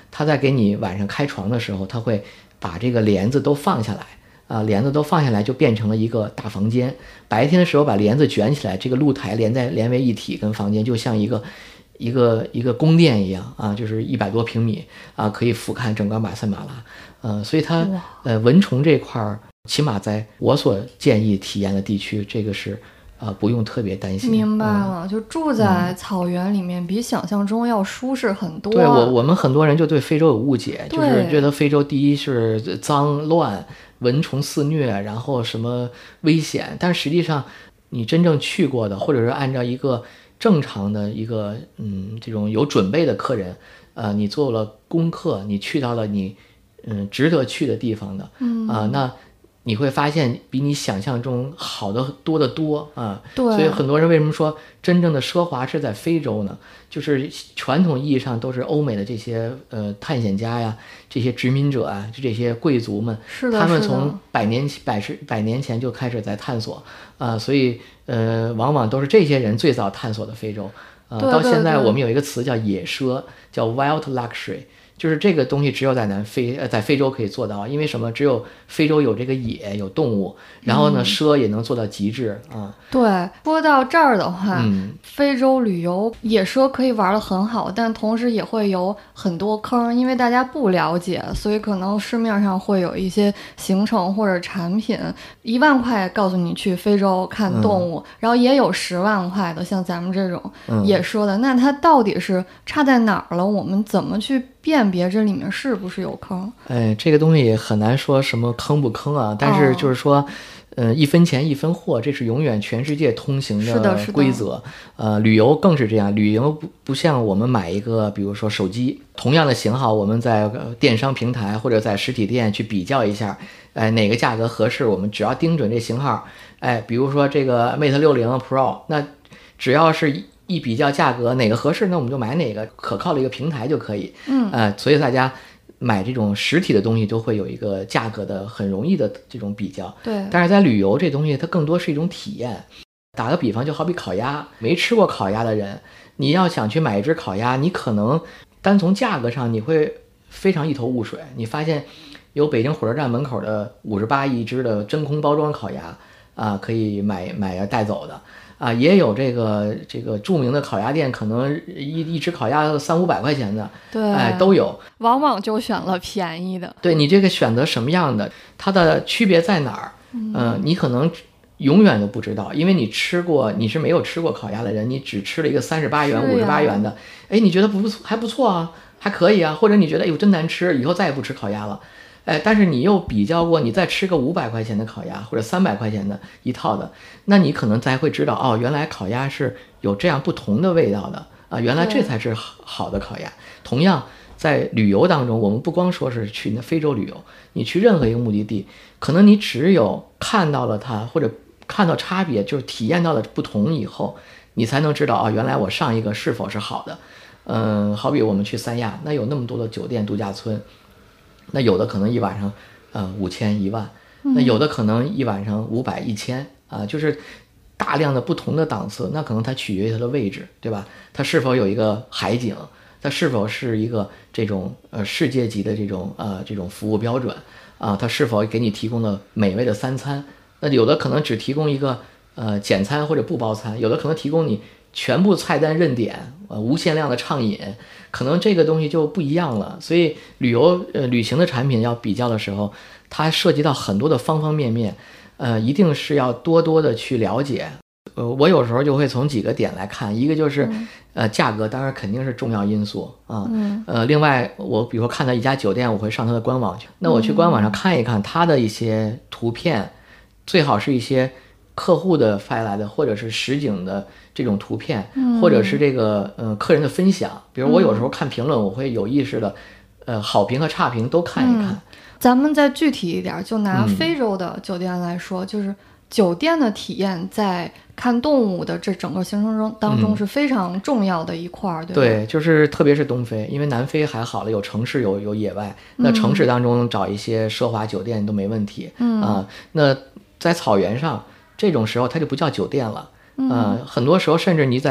他在给你晚上开床的时候，他会把这个帘子都放下来。啊，帘子都放下来就变成了一个大房间。白天的时候把帘子卷起来，这个露台连在连为一体，跟房间就像一个一个一个宫殿一样啊，就是一百多平米啊，可以俯瞰整个马赛马拉。呃，所以它呃蚊虫这块儿，起码在我所建议体验的地区，这个是呃不用特别担心。 明白了，嗯、就住在草原里面、嗯，比想象中要舒适很多。 对我我们很多人就对非洲有误解，就是觉得非洲第一是脏乱。蚊虫肆虐，然后什么危险，但实际上你真正去过的，或者是按照一个正常的一个嗯这种有准备的客人，呃，你做了功课，你去到了你嗯值得去的地方的，嗯啊、呃，那你会发现比你想象中好的多得多啊。 对， 所以很多人为什么说真正的奢华是在非洲呢？就是传统意义上都是欧美的这些呃探险家呀，这些殖民者啊，就这些贵族们， 是的， 他们从百年百十百年前就开始在探索啊、呃，所以呃往往都是这些人最早探索的非洲啊、呃。到现在我们有一个词叫野奢，叫 wild luxury。就是这个东西只有在南非呃在非洲可以做到，因为什么？只有非洲有这个野有动物，然后呢，奢也能做到极致啊。 对，说到这儿的话， 嗯， 非洲旅游野奢可以玩得很好，但同时也会有很多坑，因为大家不了解，所以可能市面上会有一些行程或者产品，一万块告诉你去非洲看动物，嗯、然后也有十万块的，像咱们这种野奢的，嗯、那它到底是差在哪儿了？我们怎么去辨别这里面是不是有坑？ 哎，这个东西也很难说什么坑不坑啊，但是就是说。哦呃，一分钱一分货，这是永远全世界通行的规则。呃，旅游更是这样，旅游不不像我们买一个，比如说手机，同样的型号，我们在电商平台或者在实体店去比较一下，哎，哪个价格合适，我们只要盯准这型号，哎，比如说这个 Mate 六十 Pro， 那只要是一比较价格哪个合适，那我们就买哪个，可靠的一个平台就可以。 嗯， 呃，所以大家。买这种实体的东西都会有一个价格的很容易的这种比较， 对。 但是在旅游这东西，它更多是一种体验。打个比方，就好比烤鸭，没吃过烤鸭的人，你要想去买一只烤鸭，你可能单从价格上你会非常一头雾水。你发现有北京火车站门口的五十八一只的真空包装烤鸭啊，可以买买带走的。啊，也有这个这个著名的烤鸭店，可能一一只烤鸭三五百块钱的， 对， 哎，都有。 往往就选了便宜的。 对，你这个选择什么样的，它的区别在哪儿？嗯、呃，你可能永远都不知道，因为你吃过，你是没有吃过烤鸭的人，你只吃了一个三十八元、五十八元的，哎，你觉得不错，还不错啊，还可以啊，或者你觉得哎呦真难吃，以后再也不吃烤鸭了。哎，但是你又比较过，你再吃个五百块钱的烤鸭或者三百块钱的一套的，那你可能才会知道哦，原来烤鸭是有这样不同的味道的啊，原来这才是好的烤鸭。同样，在旅游当中，我们不光说是去那非洲旅游，你去任何一个目的地，可能你只有看到了它或者看到差别，就是体验到了不同以后，你才能知道啊、哦，原来我上一个是否是好的。嗯，好比我们去三亚，那有那么多的酒店度假村。那有的可能一晚上，呃，五千一万，那有的可能一晚上五百一千啊，就是大量的不同的档次。那可能它取决于它的位置，对吧？它是否有一个海景，它是否是一个这种呃世界级的这种呃这种服务标准啊？它是否给你提供了美味的三餐？那有的可能只提供一个呃简餐或者不包餐，有的可能提供你全部菜单认点，呃，无限量的畅饮。可能这个东西就不一样了，所以旅游呃旅行的产品要比较的时候，它涉及到很多的方方面面，呃，一定是要多多的去了解。呃，我有时候就会从几个点来看，一个就是，呃，价格当然肯定是重要因素啊， 嗯、 呃，另外我比如说看到一家酒店，我会上它的官网去，那我去官网上看一看它的一些图片，最好是一些客户的发来的或者是实景的这种图片， 嗯、 或者是这个呃客人的分享，比如我有时候看评论，我会有意识的，呃好评和差评都看一看。 嗯、咱们再具体一点，就拿非洲的酒店来说，嗯、就是酒店的体验在看动物的这整个行程中当中是非常重要的一块儿， 嗯、 对吧？ 对，就是特别是东非，因为南非还好了，有城市有有野外，那城市当中找一些奢华酒店都没问题， 嗯啊、呃，那在草原上。这种时候它就不叫酒店了，呃，很多时候甚至你在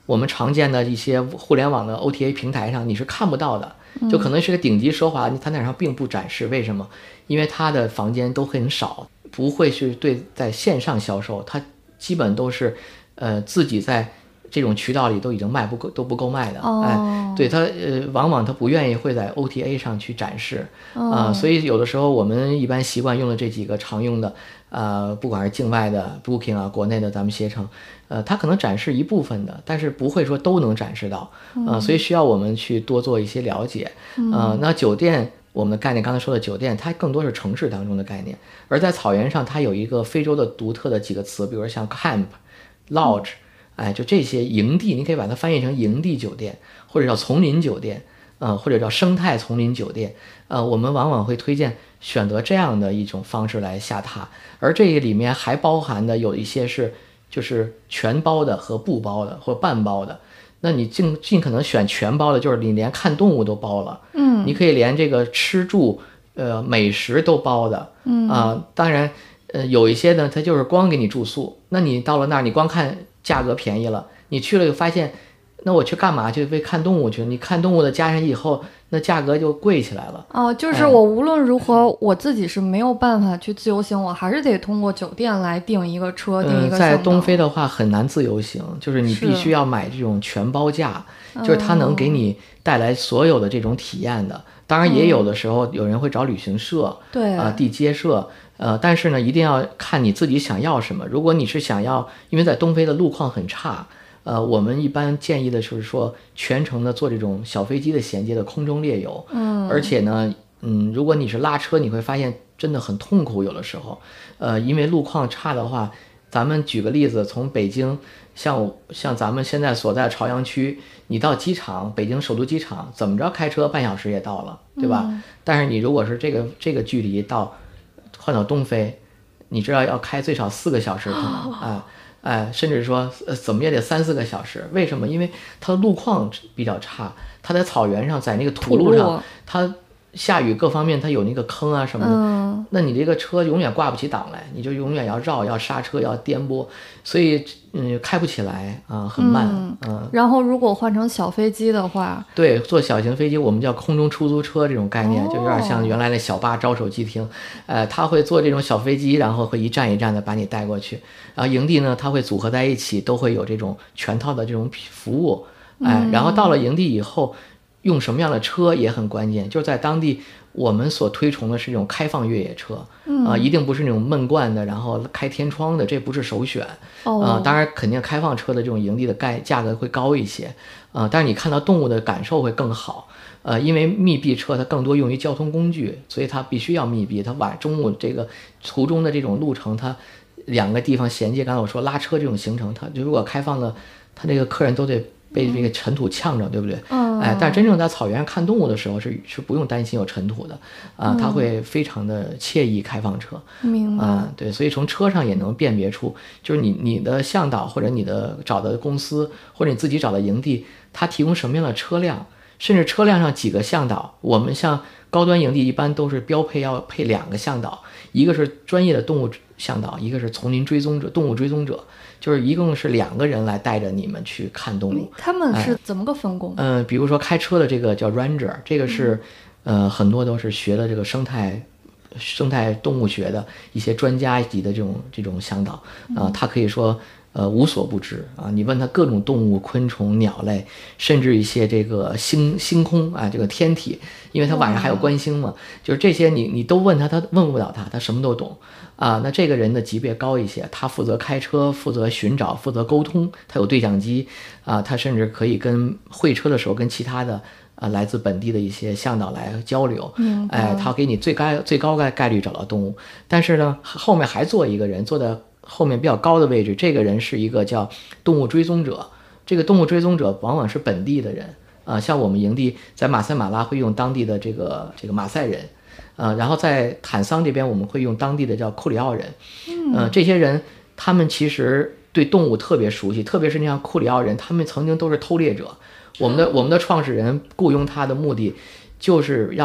我们常见的一些互联网的 O T A 平台上你是看不到的，就可能是个顶级奢华，它那上并不展示。为什么？因为它的房间都很少，不会是对在线上销售，它基本都是呃自己在这种渠道里都已经卖不够都不够卖的。 哦、 哎，对，它呃往往它不愿意会在 O T A 上去展示啊、 哦呃，所以有的时候我们一般习惯用的这几个常用的。呃，不管是境外的 Booking 啊，国内的咱们携程，呃，它可能展示一部分的，但是不会说都能展示到，呃，所以需要我们去多做一些了解。呃，那酒店我们的概念，刚才说的酒店，它更多是城市当中的概念，而在草原上，它有一个非洲的独特的几个词，比如说像 camp、lodge，哎，就这些营地，你可以把它翻译成营地酒店，或者叫丛林酒店。呃，或者叫生态丛林酒店，呃，我们往往会推荐选择这样的一种方式来下榻，而这个里面还包含的有一些是就是全包的和不包的或半包的。那你尽尽可能选全包的，就是你连看动物都包了， 嗯， 你可以连这个吃住呃美食都包的，嗯啊、呃，当然呃有一些呢，它就是光给你住宿，那你到了那儿，你光看价格便宜了，你去了就发现。那我去干嘛去？为看动物去？你看动物的加上以后，那价格就贵起来了。 哦，就是我无论如何，哎、我自己是没有办法去自由行，我还是得通过酒店来订一个车，订一个向导。 嗯，在东非的话很难自由行，就是你必须要买这种全包价，是就是它能给你带来所有的这种体验的。当然，也有的时候有人会找旅行社， 对、嗯， 啊、呃，地接社，呃，但是呢，一定要看你自己想要什么。如果你是想要，因为在东非的路况很差。呃，我们一般建议的就是说，全程的做这种小飞机的衔接的空中列游。 嗯， 而且呢，嗯，如果你是拉车，你会发现真的很痛苦，有的时候，呃，因为路况差的话，咱们举个例子，从北京，像像咱们现在所在朝阳区，你到机场，北京首都机场，怎么着开车半小时也到了，对吧？ 嗯、 但是你如果是这个这个距离到换到东非，你知道要开最少四个小时可能啊。呃哎，甚至说，呃，怎么也得三四个小时。为什么？因为它的路况比较差，它在草原上，在那个土路上，它下雨各方面它有那个坑啊什么的。 嗯， 那你这个车永远挂不起档来，你就永远要绕，要刹车，要颠簸，所以嗯开不起来啊，很慢。 嗯。 嗯， 然后如果换成小飞机的话， 对，坐小型飞机，我们叫空中出租车这种概念， 哦、 就有点像原来的小巴招手即停。呃，他会坐这种小飞机，然后会一站一站的把你带过去。然后营地呢，它会组合在一起，都会有这种全套的这种服务。哎，然后到了营地以后，用什么样的车也很关键，就是在当地我们所推崇的是这种开放越野车，啊、 嗯呃，一定不是那种闷罐的，然后开天窗的，这不是首选。 哦、 呃，当然肯定开放车的这种营地的价价格会高一些，啊、呃，但是你看到动物的感受会更好。呃，因为密闭车它更多用于交通工具，所以它必须要密闭。它晚中午这个途中的这种路程，它两个地方衔接，刚才我说拉车这种行程，它就如果开放了，它这个客人都得被这个尘土呛着，对不对？ 嗯， 哎，但真正在草原上看动物的时候是是不用担心有尘土的啊、呃，它会非常的惬意。开放车， 明白啊、呃，对，所以从车上也能辨别出，就是你你的向导或者你的找的公司或者你自己找的营地，它提供什么样的车辆，甚至车辆上几个向导。我们像高端营地一般都是标配要配两个向导，一个是专业的动物向导，一个是丛林追踪者、动物追踪者。就是一共是两个人来带着你们去看动物。 他们是怎么个分工？ 嗯、呃，比如说开车的这个叫 Ranger， 这个是、嗯、呃很多都是学的这个生态生态动物学的一些专家级的这种这种向导啊、呃，他可以说呃无所不知啊。你问他各种动物、昆虫、鸟类，甚至一些这个星星空啊，这个天体，因为他晚上还有观星嘛，就是这些你你都问他，他问不了他，他什么都懂。啊，那这个人的级别高一些，他负责开车，负责寻找，负责沟通，他有对讲机啊，他甚至可以跟会车的时候跟其他的啊来自本地的一些向导来交流， 嗯， 哎，他给你最高最高概概率找到动物。但是呢，后面还坐一个人，坐在后面比较高的位置，这个人是一个叫动物追踪者。这个动物追踪者往往是本地的人啊，像我们营地在马赛马拉会用当地的这个这个马赛人。呃，然后在坦桑这边，我们会用当地的叫库里奥人，呃，这些人他们其实对动物特别熟悉，特别是那像库里奥人，他们曾经都是偷猎者。我们的我们的创始人雇佣他的目的，就是要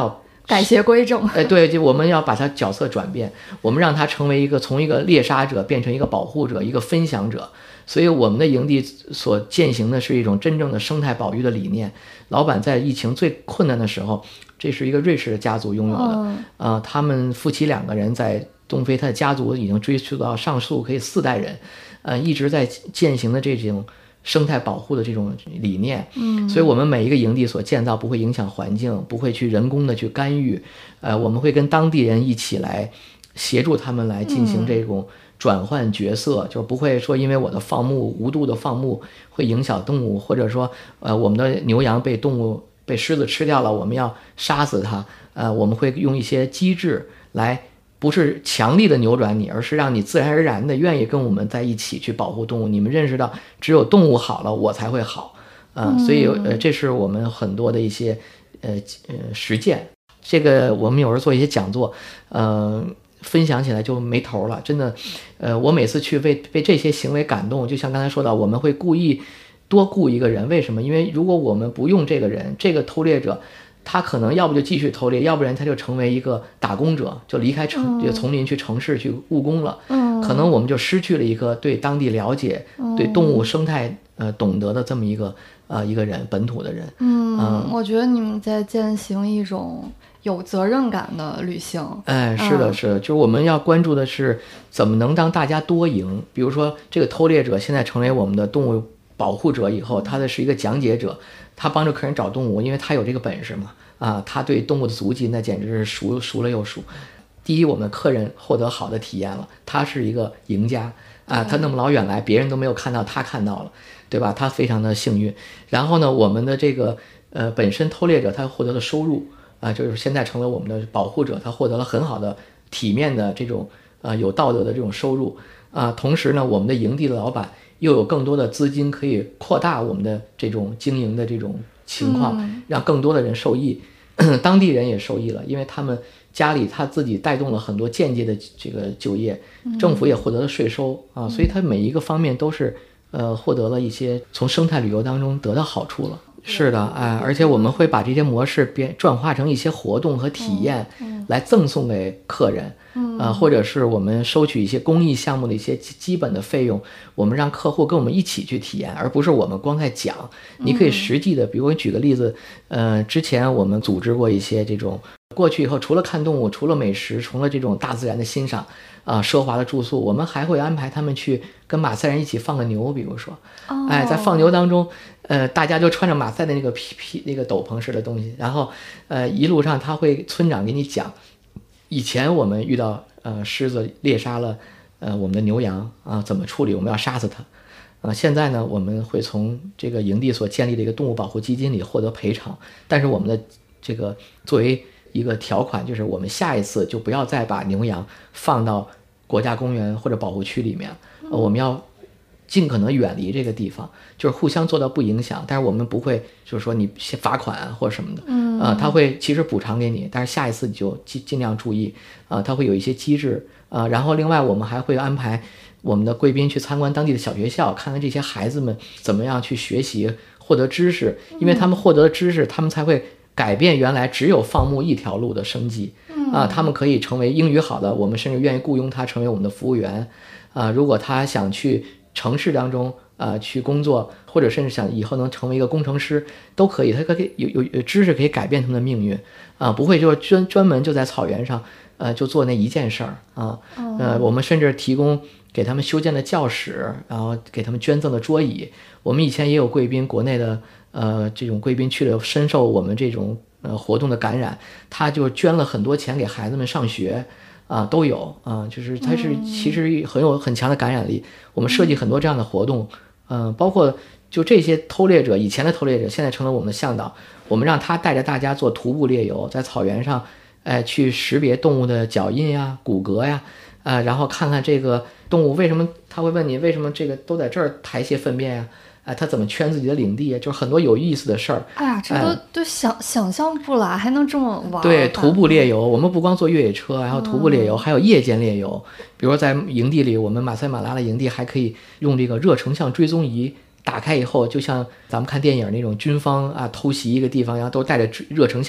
改邪归正。 哎，对，就我们要把他角色转变，我们让他成为一个从一个猎杀者变成一个保护者，一个分享者。所以我们的营地所践行的是一种真正的生态保育的理念。老板在疫情最困难的时候，这是一个瑞士的家族拥有的， 嗯呃，他们夫妻两个人在东非，他的家族已经追溯到上溯可以四代人，呃，一直在践行的这种生态保护的这种理念。 嗯， 所以我们每一个营地所建造不会影响环境，不会去人工的去干预，呃，我们会跟当地人一起来协助他们来进行这种转换角色，嗯、就是不会说因为我的放牧无度的放牧会影响动物，或者说呃我们的牛羊被动物被狮子吃掉了，我们要杀死它，呃，我们会用一些机制来。不是强力的扭转你，而是让你自然而然的愿意跟我们在一起去保护动物。你们认识到，只有动物好了，我才会好，呃、嗯，所以呃，这是我们很多的一些呃呃实践。这个我们有时候做一些讲座，呃，分享起来就没头了，真的。呃，我每次去被被这些行为感动，就像刚才说到，我们会故意多雇一个人，为什么？因为如果我们不用这个人，这个偷猎者。他可能要不就继续偷猎，要不然他就成为一个打工者，就离开城、嗯、丛林去城市去务工了。嗯，可能我们就失去了一个对当地了解、嗯、对动物生态呃懂得的这么一个呃一个人，本土的人。 嗯，嗯我觉得你们在践行一种有责任感的旅行。 哎，是的，是的，嗯、就是我们要关注的是怎么能让大家多赢。比如说，这个偷猎者现在成为我们的动物保护者以后，他的是一个讲解者。他帮着客人找动物，因为他有这个本事嘛，啊，他对动物的足迹那简直是熟熟了又熟。第一，我们客人获得好的体验了，他是一个赢家啊，他那么老远来，别人都没有看到，他看到了，对吧？他非常的幸运。然后呢，我们的这个呃本身偷猎者他获得了收入啊，就是现在成为我们的保护者，他获得了很好的体面的这种呃有道德的这种收入啊。同时呢，我们的营地的老板。又有更多的资金可以扩大我们的这种经营的这种情况，嗯、让更多的人受益，当地人也受益了，因为他们家里他自己带动了很多间接的这个就业，政府也获得了税收啊，所以他每一个方面都是呃获得了一些从生态旅游当中得到好处了。是的，哎，而且我们会把这些模式变转化成一些活动和体验，来赠送给客人，嗯、呃，或者是我们收取一些公益项目的一些基本的费用，我们让客户跟我们一起去体验，而不是我们光在讲。你可以实际的，比如我举个例子，呃，之前我们组织过一些这种。过去以后，除了看动物，除了美食，除了这种大自然的欣赏，啊、呃，奢华的住宿，我们还会安排他们去跟马赛人一起放个牛，比如说，哦、哎，在放牛当中，呃，大家就穿着马赛的那个皮皮那个斗篷似的东西，然后，呃，一路上他会村长给你讲，以前我们遇到呃狮子猎杀了呃我们的牛羊啊、呃，怎么处理？我们要杀死它。呃，现在呢，我们会从这个营地所建立的一个动物保护基金里获得赔偿，但是我们的这个作为一个条款，就是我们下一次就不要再把牛羊放到国家公园或者保护区里面，呃、我们要尽可能远离这个地方，就是互相做到不影响，但是我们不会就是说你罚款或者什么的，嗯，呃，他会其实补偿给你，但是下一次你就尽尽量注意，啊、呃，他会有一些机制，啊、呃，然后另外我们还会安排我们的贵宾去参观当地的小学校，看看这些孩子们怎么样去学习获得知识，因为他们获得了知识，他们才会改变原来只有放牧一条路的生计，啊、呃，他们可以成为英语好的，我们甚至愿意雇佣他成为我们的服务员，啊、呃，如果他想去城市当中啊、呃、去工作，或者甚至想以后能成为一个工程师，都可以，他可以有有有知识可以改变他们的命运啊、呃，不会就是专专门就在草原上呃就做那一件事儿啊，呃，我们甚至提供给他们修建的教室，然后给他们捐赠的桌椅。我们以前也有贵宾，国内的呃这种贵宾去了，深受我们这种呃活动的感染，他就捐了很多钱给孩子们上学。啊，都有啊，就是它是其实很有很强的感染力。我们设计很多这样的活动，嗯、呃，包括就这些偷猎者，以前的偷猎者现在成了我们的向导，我们让他带着大家做徒步猎游，在草原上，哎，去识别动物的脚印呀、骨骼呀，呃，然后看看这个动物为什么他会问你为什么这个都在这儿排泄粪便呀。哎，他怎么圈自己的领地？就是很多有意思的事儿。 哎呀，这都、哎、都想想象不来，还能这么玩。 对，徒步猎游，我们不光坐越野车，然后徒步猎游，嗯、还有夜间猎游。比如在营地里，我们马赛马拉的营地还可以用这个热成像追踪仪打开以后，就像咱们看电影那种军方啊偷袭一个地方，然后都带着热成像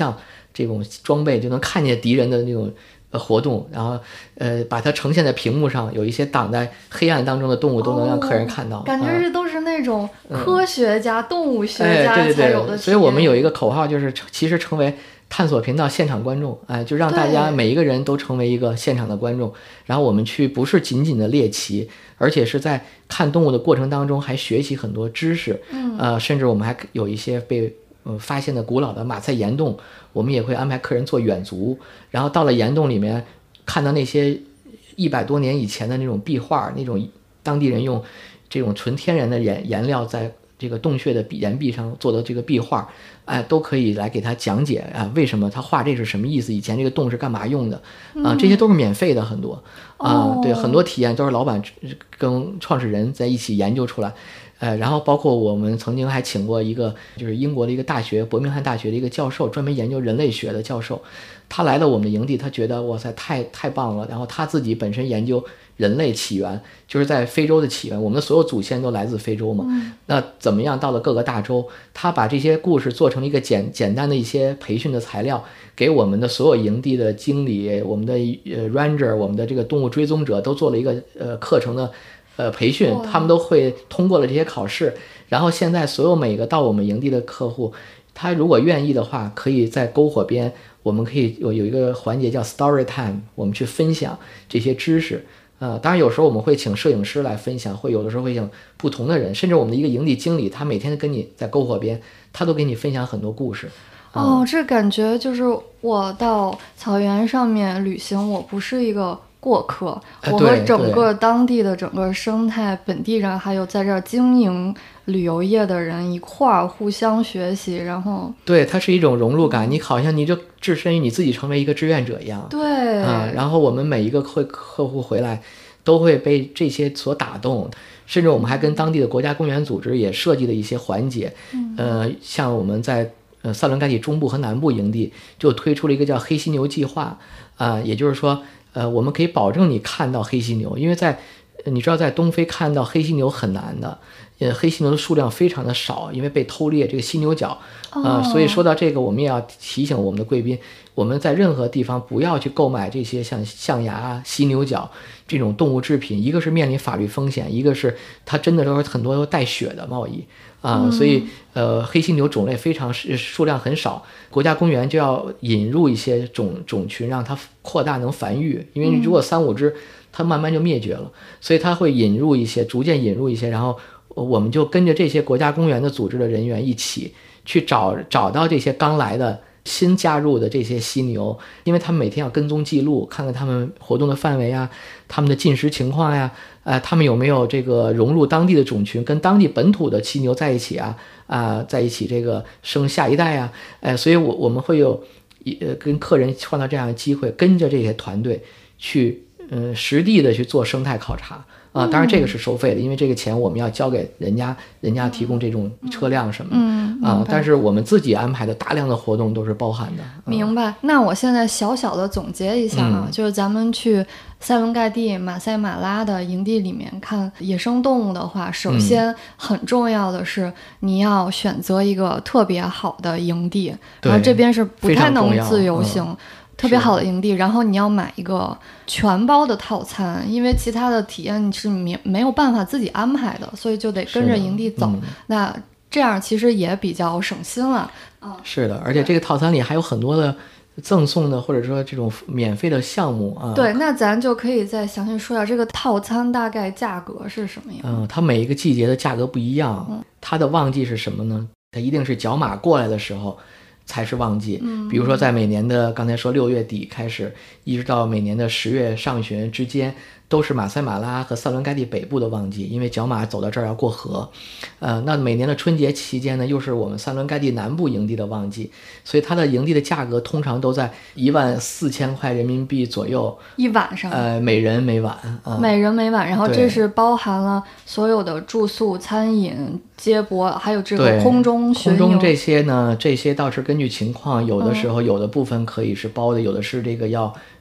这种装备，就能看见敌人的那种呃活动，然后呃把它呈现在屏幕上，有一些挡在黑暗当中的动物都能让客人看到。 哦、感觉这都是那种科学家、嗯、动物学家才有的、哎、对对对， 所以我们有一个口号，就是其实成为探索频道现场观众，哎，就让大家每一个人都成为一个现场的观众，然后我们去不是仅仅的猎奇，而且是在看动物的过程当中还学习很多知识， 嗯， 呃，甚至我们还有一些被呃发现的古老的马赛岩洞，我们也会安排客人做远足，然后到了岩洞里面看到那些一百多年以前的那种壁画，那种当地人用这种纯天然的颜颜料在这个洞穴的岩壁上做的这个壁画，哎，都可以来给他讲解啊，为什么他画这是什么意思？以前这个洞是干嘛用的？啊，这些都是免费的，很多啊， 哦、 对，很多体验都是老板跟创始人在一起研究出来。呃，然后包括我们曾经还请过一个，就是英国的一个大学，伯明翰大学的一个教授，专门研究人类学的教授，他来了我们的营地，他觉得哇塞，太太棒了。然后他自己本身研究人类起源，就是在非洲的起源，我们的所有祖先都来自非洲嘛。 嗯、 那怎么样到了各个大洲，他把这些故事做成一个简简单的一些培训的材料，给我们的所有营地的经理、我们的呃 ranger、我们的这个动物追踪者都做了一个呃课程的。呃，培训他们都会通过了这些考试，然后现在所有每个到我们营地的客户，他如果愿意的话，可以在篝火边，我们可以有有一个环节叫 story time， 我们去分享这些知识。呃，当然有时候我们会请摄影师来分享，会有的时候会请不同的人，甚至我们的一个营地经理，他每天跟你在篝火边，他都给你分享很多故事。 哦，这感觉就是我到草原上面旅行，我不是一个过客，我和整个当地的整个生态、本地人，还有在这儿经营旅游业的人一块儿互相学习，然后对，它是一种融入感，你好像你就置身于你自己成为一个志愿者一样。 对， 啊，然后我们每一个客客户回来，都会被这些所打动，甚至我们还跟当地的国家公园组织也设计了一些环节， 嗯、 呃，像我们在呃塞伦盖蒂中部和南部营地就推出了一个叫黑犀牛计划，啊、呃，也就是说。呃，我们可以保证你看到黑犀牛，因为在你知道在东非看到黑犀牛很难的，呃，黑犀牛的数量非常的少，因为被偷猎这个犀牛角，啊、呃，所以说到这个，我们也要提醒我们的贵宾，我们在任何地方不要去购买这些像象牙、犀牛角这种动物制品，一个是面临法律风险，一个是它真的都是很多都带血的贸易。啊、呃，所以呃，黑犀牛种类非常数量很少，国家公园就要引入一些种种群，让它扩大能繁育。因为如果三五只，它慢慢就灭绝了，所以它会引入一些，逐渐引入一些，然后我们就跟着这些国家公园的组织的人员一起去找找到这些刚来的。新加入的这些犀牛，因为他们每天要跟踪记录，看看他们活动的范围啊，他们的进食情况呀，呃，他们有没有这个融入当地的种群，跟当地本土的犀牛在一起啊，啊、呃，在一起这个生下一代啊，哎、呃，所以我我们会有呃跟客人创造这样的机会，跟着这些团队去，嗯、呃，实地的去做生态考察。啊，当然这个是收费的，因为这个钱我们要交给人家，人家提供这种车辆什么的， 嗯啊，但是我们自己安排的大量的活动都是包含的。 明白。那我现在小小的总结一下啊， 嗯、 就是咱们去塞伦盖蒂、马赛马拉的营地里面看野生动物的话，首先很重要的是你要选择一个特别好的营地，然后这边是不太能自由行。特别好的营地，然后你要买一个全包的套餐，因为其他的体验你是没没有办法自己安排的，所以就得跟着营地走。嗯、那这样其实也比较省心了啊。 是的，而且这个套餐里还有很多的赠送的或者说这种免费的项目啊。 对，那咱就可以再详细说一下这个套餐大概价格是什么样。 嗯，它每一个季节的价格不一样，嗯、它的旺季是什么呢？它一定是角马过来的时候。才是旺季，比如说在每年的刚才说六月底开始，一直到每年的十月上旬之间，都是马赛马拉和塞伦盖蒂北部的旺季，因为角马走到这儿要过河，呃，那每年的春节期间呢，又是我们塞伦盖蒂南部营地的旺季，所以它的营地的价格通常都在一万四千块人民币左右一晚上， 呃，每人每晚，呃、 每人每晚，然后这是包含了所有的住宿、餐饮、接驳，还有这个空中巡游。 空中这些呢，这些倒是根据情况，有的时候有的部分可以是包的，有的是这个要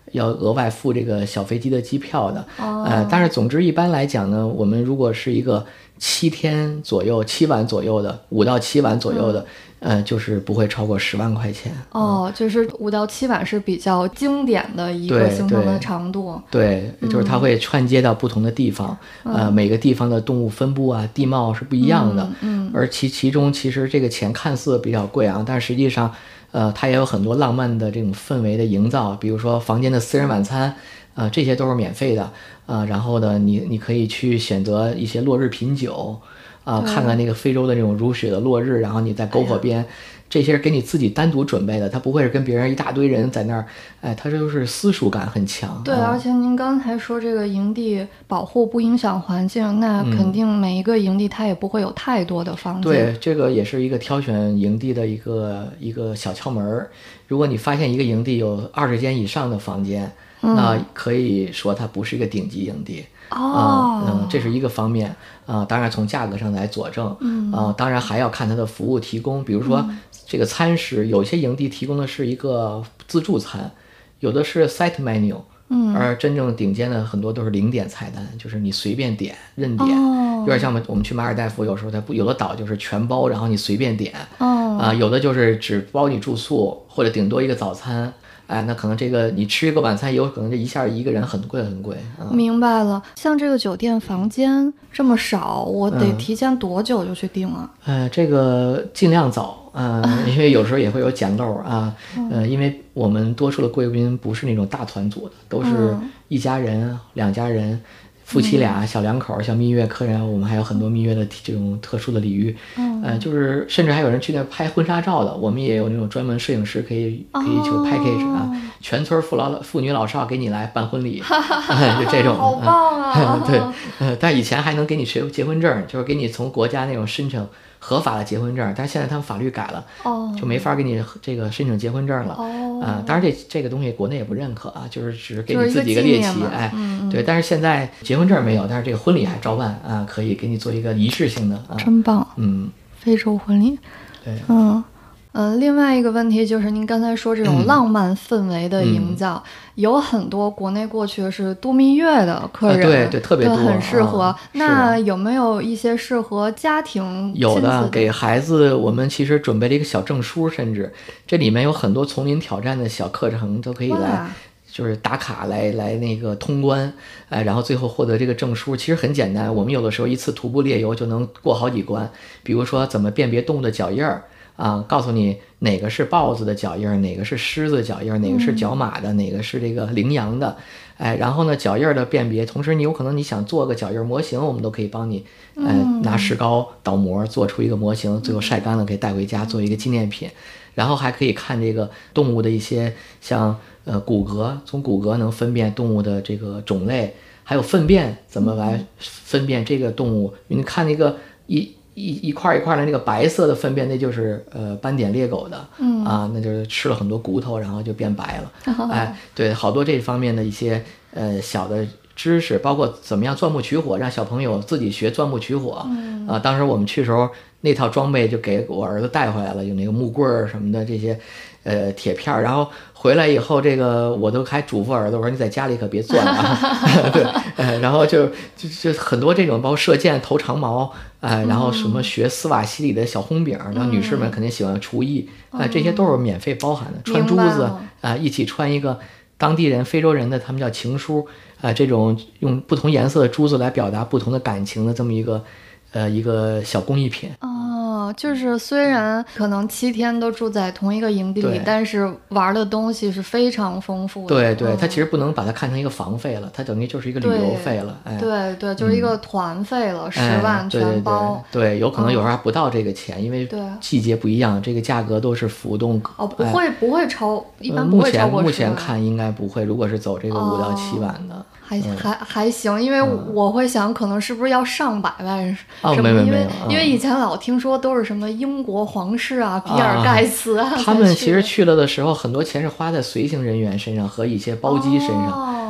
要额外付这个小飞机的机票的。 哦、 呃，但是总之一般来讲呢，我们如果是一个七天左右、七晚左右的，五到七晚左右的。嗯呃，就是不会超过十万块钱哦， 嗯、 就是五到七晚是比较经典的一个行程的长度。 对，对就是它会串接到不同的地方，嗯、呃，每个地方的动物分布啊、地貌是不一样的。 嗯，嗯而其其中其实这个钱看似比较贵啊，但实际上，呃，它也有很多浪漫的这种氛围的营造，比如说房间的私人晚餐。呃，这些都是免费的，啊、呃，然后呢，你你可以去选择一些落日品酒，啊、呃，看看那个非洲的那种如雪的落日，然后你在篝火边，哎、这些是给你自己单独准备的，它不会是跟别人一大堆人在那儿，哎，它这就是私属感很强。 对， 啊、 而且您刚才说这个营地保护不影响环境，那肯定每一个营地它也不会有太多的房间。 嗯、对，这个也是一个挑选营地的一个一个小窍门。如果你发现一个营地有二十间以上的房间。那可以说它不是一个顶级营地哦， 啊、嗯，这是一个方面啊、呃。当然从价格上来佐证， 嗯啊、呃，当然还要看它的服务提供。比如说、嗯、这个餐食，有些营地提供的是一个自助餐，有的是 set menu， 嗯， 而真正顶尖的很多都是零点菜单，就是你随便点任点， 哦、 有点像我们去马尔代夫，有时候它不有的岛就是全包，然后你随便点， 哦， 啊、呃，有的就是只包你住宿或者顶多一个早餐。哎，那可能这个你吃一个晚餐，有可能这一下一个人很贵很贵啊。 明白了，像这个酒店房间这么少，我得提前多久就去订啊？ 嗯、呃，这个尽量早啊、呃，因为有时候也会有捡漏啊。呃，因为我们多数的贵宾不是那种大团组的，都是一家人、嗯、两家人。夫妻俩、小两口，像蜜月客人，我们还有很多蜜月的这种特殊的礼遇， 嗯， 呃，就是甚至还有人去那拍婚纱照的，我们也有那种专门摄影师可以可以求 package 啊，哦、全村父老妇女老少给你来办婚礼，就这种， 好棒啊！ 对，呃，但以前还能给你结结婚证，就是给你从国家那种申请合法的结婚证，但是现在他们法律改了， 哦， 就没法给你这个申请结婚证了， 哦， 啊、呃，当然这这个东西国内也不认可啊，就是只是给你自己一个猎奇，哎， 嗯、 对，但是现在结婚证没有，但是这个婚礼还照办啊，可以给你做一个仪式性的啊， 真棒， 嗯， 非洲婚礼， 对， 嗯。嗯、呃，另外一个问题就是您刚才说这种浪漫氛围的营造，嗯、有很多国内过去是度蜜月的客人， 啊、对对，特别多， 很适合。 啊、 那有没有一些适合家庭？ 有的，给孩子，我们其实准备了一个小证书，甚至这里面有很多丛林挑战的小课程都可以来。就是打卡来来那个通关，哎，然后最后获得这个证书，其实很简单。我们有的时候一次徒步猎游就能过好几关，比如说怎么辨别动物的脚印儿啊，告诉你哪个是豹子的脚印儿，哪个是狮子的脚印儿，哪个是角马的，嗯、哪个是这个羚羊的，哎，然后呢脚印儿的辨别，同时你有可能你想做个脚印模型，我们都可以帮你，哎，拿石膏倒模做出一个模型，最后晒干了可以带回家做一个纪念品，然后还可以看这个动物的一些像。呃，骨骼从骨骼能分辨动物的这个种类，还有粪便怎么来分辨这个动物？你看那个一一一块一块的那个白色的粪便，那就是呃斑点猎狗的， 嗯啊，那就是吃了很多骨头，然后就变白了。哦、哎，对，好多这方面的一些呃小的知识，包括怎么样钻木取火，让小朋友自己学钻木取火。 嗯、 啊，当时我们去的时候，那套装备就给我儿子带回来了，有那个木棍儿什么的这些。呃，铁片儿，然后回来以后，这个我都还嘱咐儿子，我说你在家里可别钻啊，对，呃，然后就就就很多这种，包括射箭、投长矛，哎、呃，然后什么学斯瓦西里的小红饼，然后女士们肯定喜欢厨艺，啊、呃，这些都是免费包含的，穿珠子啊、呃，一起穿一个当地人、非洲人的他们叫情书，啊、呃，这种用不同颜色的珠子来表达不同的感情的这么一个。呃，一个小工艺品哦，就是虽然可能七天都住在同一个营地里，但是玩的东西是非常丰富的。 对对， 嗯、 它其实不能把它看成一个房费了，它等于就是一个旅游费了。哎， 对对，就是一个团费了，十、嗯、万全包、 哎对对对。对，有可能有时候还不到这个钱，嗯、因为季节不一样，这个价格都是浮动。 哦，不会、哎、不会超，一般不会超过十万。目前目前看应该不会，如果是走这个五到七晚的。 哦还还还行，因为我会想，可能是不是要上百万？ 哦， 什么？ 没有没有， 因为因为以前老听说都是什么英国皇室啊、比尔盖茨啊， 他们其实去了的时候，很多钱是花在随行人员身上和一些包机身上。 哦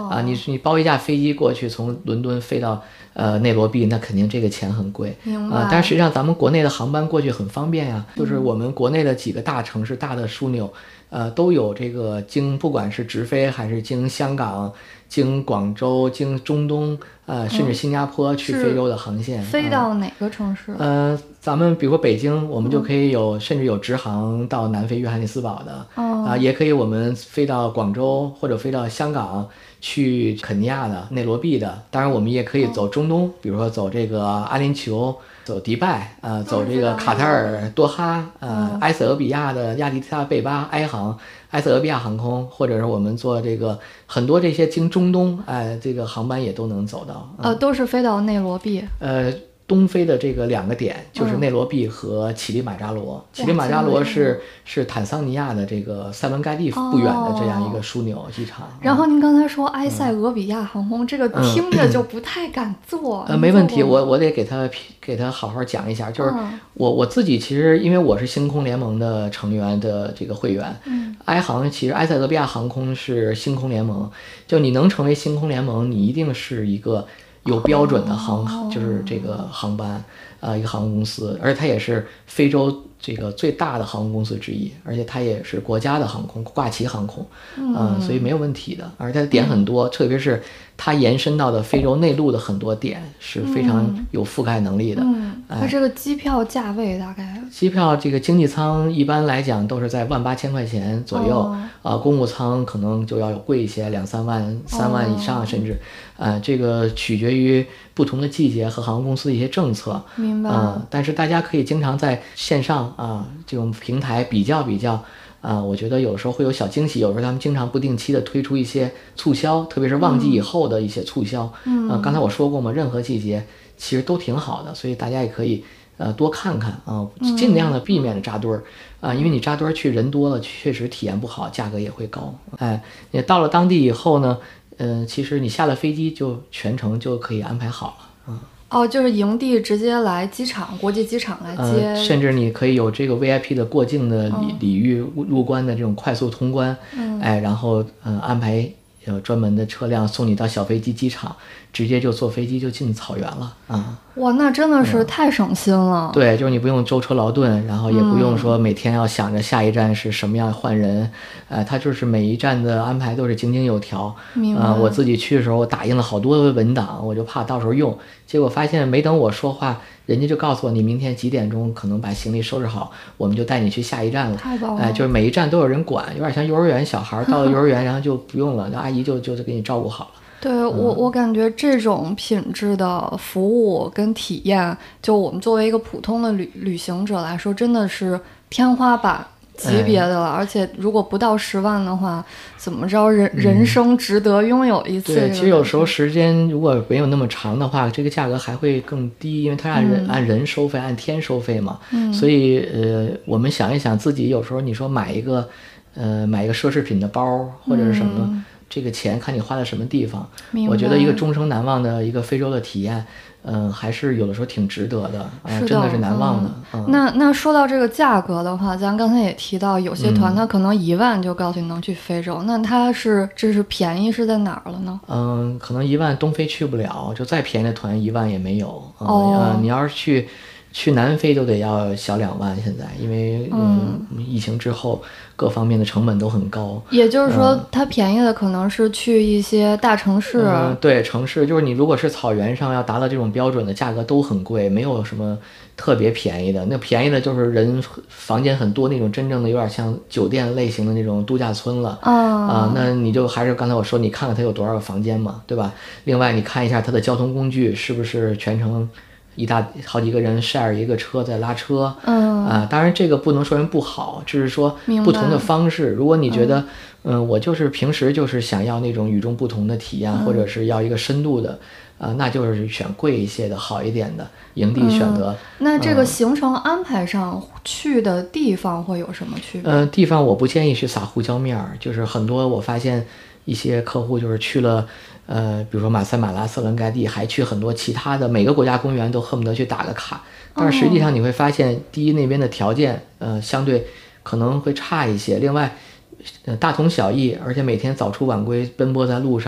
哦啊，你你包一架飞机过去，从伦敦飞到呃内罗毕，那肯定这个钱很贵。 明白。 啊，但实际上咱们国内的航班过去很方便呀，就是我们国内的几个大城市、大的枢纽，呃，都有这个经不管是直飞还是经香港、经广州、经中东，呃，甚至新加坡去非洲的航线。 飞到哪个城市？ 呃，咱们比如说北京，我们就可以有，甚至有直航到南非约翰内斯堡的， 哦啊，也可以我们飞到广州或者飞到香港去肯尼亚的、内罗毕的。当然，我们也可以走中东，比如说走这个阿联酋。走迪拜，呃，走这个卡塔尔多哈，呃，埃塞俄比亚的亚历山大贝巴埃航，埃塞俄比亚航空，或者是我们做这个很多这些经中东，哎、呃，这个航班也都能走到。 呃，都是飞到内罗毕。 呃。东非的这个两个点就是内罗毕和乞力马扎罗。乞力马扎罗是是坦桑尼亚的这个塞伦盖蒂不远的这样一个枢纽机场。 哦、然后您刚才说埃塞俄比亚航空，嗯、这个听着就不太敢坐。 呃，没问题，我我得给他给他好好讲一下。就是我、嗯、我自己其实因为我是星空联盟的成员的这个会员， 嗯， 埃航其实埃塞俄比亚航空是星空联盟，就你能成为星空联盟，你一定是一个。有标准的航、oh. 就是这个航班，呃，一个航空公司，而且它也是非洲这个最大的航空公司之一，而且它也是国家的航空，挂旗航空，嗯、呃，所以没有问题的。而且它点很多，嗯、特别是它延伸到的非洲内陆的很多点是非常有覆盖能力的。 嗯，它这个机票价位大概？ 机票这个经济舱一般来讲都是在万八千块钱左右，啊、oh. 呃，公务舱可能就要贵一些，两三万、三万以上， oh. 甚至，呃，这个取决于不同的季节和航空公司的一些政策。 明白。 嗯、呃，但是大家可以经常在线上啊这种平台比较比较。啊，我觉得有时候会有小惊喜，有时候他们经常不定期的推出一些促销，特别是旺季以后的一些促销。 嗯， 呃、刚才我说过嘛，任何季节其实都挺好的，所以大家也可以呃多看看啊，尽量的避免扎堆儿啊，因为你扎堆儿去人多了，确实体验不好，价格也会高。哎，你到了当地以后呢，嗯、呃，其实你下了飞机就全程就可以安排好了。嗯。 哦，就是营地直接来机场，国际机场来接、 呃，甚至你可以有这个 V I P 的过境的礼、哦、礼遇入关的这种快速通关， 嗯、 哎，然后呃安排有专门的车辆送你到小飞机机场，直接就坐飞机就进草原了啊！ 哇，那真的是太省心了。 嗯、对，就是你不用舟车劳顿，然后也不用说每天要想着下一站是什么样换人，嗯、呃，它就是每一站的安排都是井井有条。 明白。 呃，我自己去的时候，我打印了好多文档，我就怕到时候用，结果发现没等我说话，人家就告诉我你明天几点钟可能把行李收拾好，我们就带你去下一站了。 太棒了！ 哎、呃，就是每一站都有人管，有点像幼儿园小孩到了幼儿园，然后就不用了，阿姨就就给你照顾好了。 对我，我感觉这种品质的服务跟体验，就我们作为一个普通的旅旅行者来说，真的是天花板级别的了。哎、而且如果不到十万的话，怎么着人、嗯、人生值得拥有一次？ 对，其实有时候时间如果没有那么长的话，这个价格还会更低，因为它按人、嗯、按人收费，按天收费嘛。 嗯， 所以呃，我们想一想自己有时候你说买一个呃买一个奢侈品的包或者是什么。嗯，这个钱看你花在什么地方，我觉得一个终生难忘的一个非洲的体验，嗯、呃，还是有的时候挺值得的啊， 的真的是难忘的。 嗯嗯、那那说到这个价格的话，咱刚才也提到，有些团它可能一万就告诉你能去非洲，嗯、那它是这是便宜是在哪儿了呢？ 嗯，可能一万东非去不了，就再便宜的团一万也没有。嗯、 哦、 呃，你要是去。去南非都得要小两万，现在因为嗯疫情之后各方面的成本都很高。 也就是说，嗯、它便宜的可能是去一些大城市。 嗯，对，城市就是你如果是草原上要达到这种标准的价格都很贵，没有什么特别便宜的。那便宜的就是人房间很多那种，真正的有点像酒店类型的那种度假村了。 啊、 嗯呃，那你就还是刚才我说，你看看它有多少个房间嘛，对吧？另外你看一下它的交通工具是不是全程。一大好几个人 share 一个车在拉车， 嗯啊、呃，当然这个不能说人不好，只是说不同的方式。如果你觉得，嗯、呃，我就是平时就是想要那种与众不同的体验， 嗯、 或者是要一个深度的，啊、呃，那就是选贵一些的好一点的营地选择。 嗯、那这个行程安排上去的地方会有什么区别？ 嗯、呃，地方我不建议去撒胡椒面儿，就是很多我发现一些客户就是去了。呃，比如说马赛马拉、塞伦盖蒂，还去很多其他的每个国家公园都恨不得去打个卡，但是实际上你会发现，哦、第一那边的条件，呃，相对可能会差一些。另外，呃，大同小异，而且每天早出晚归，奔波在路上，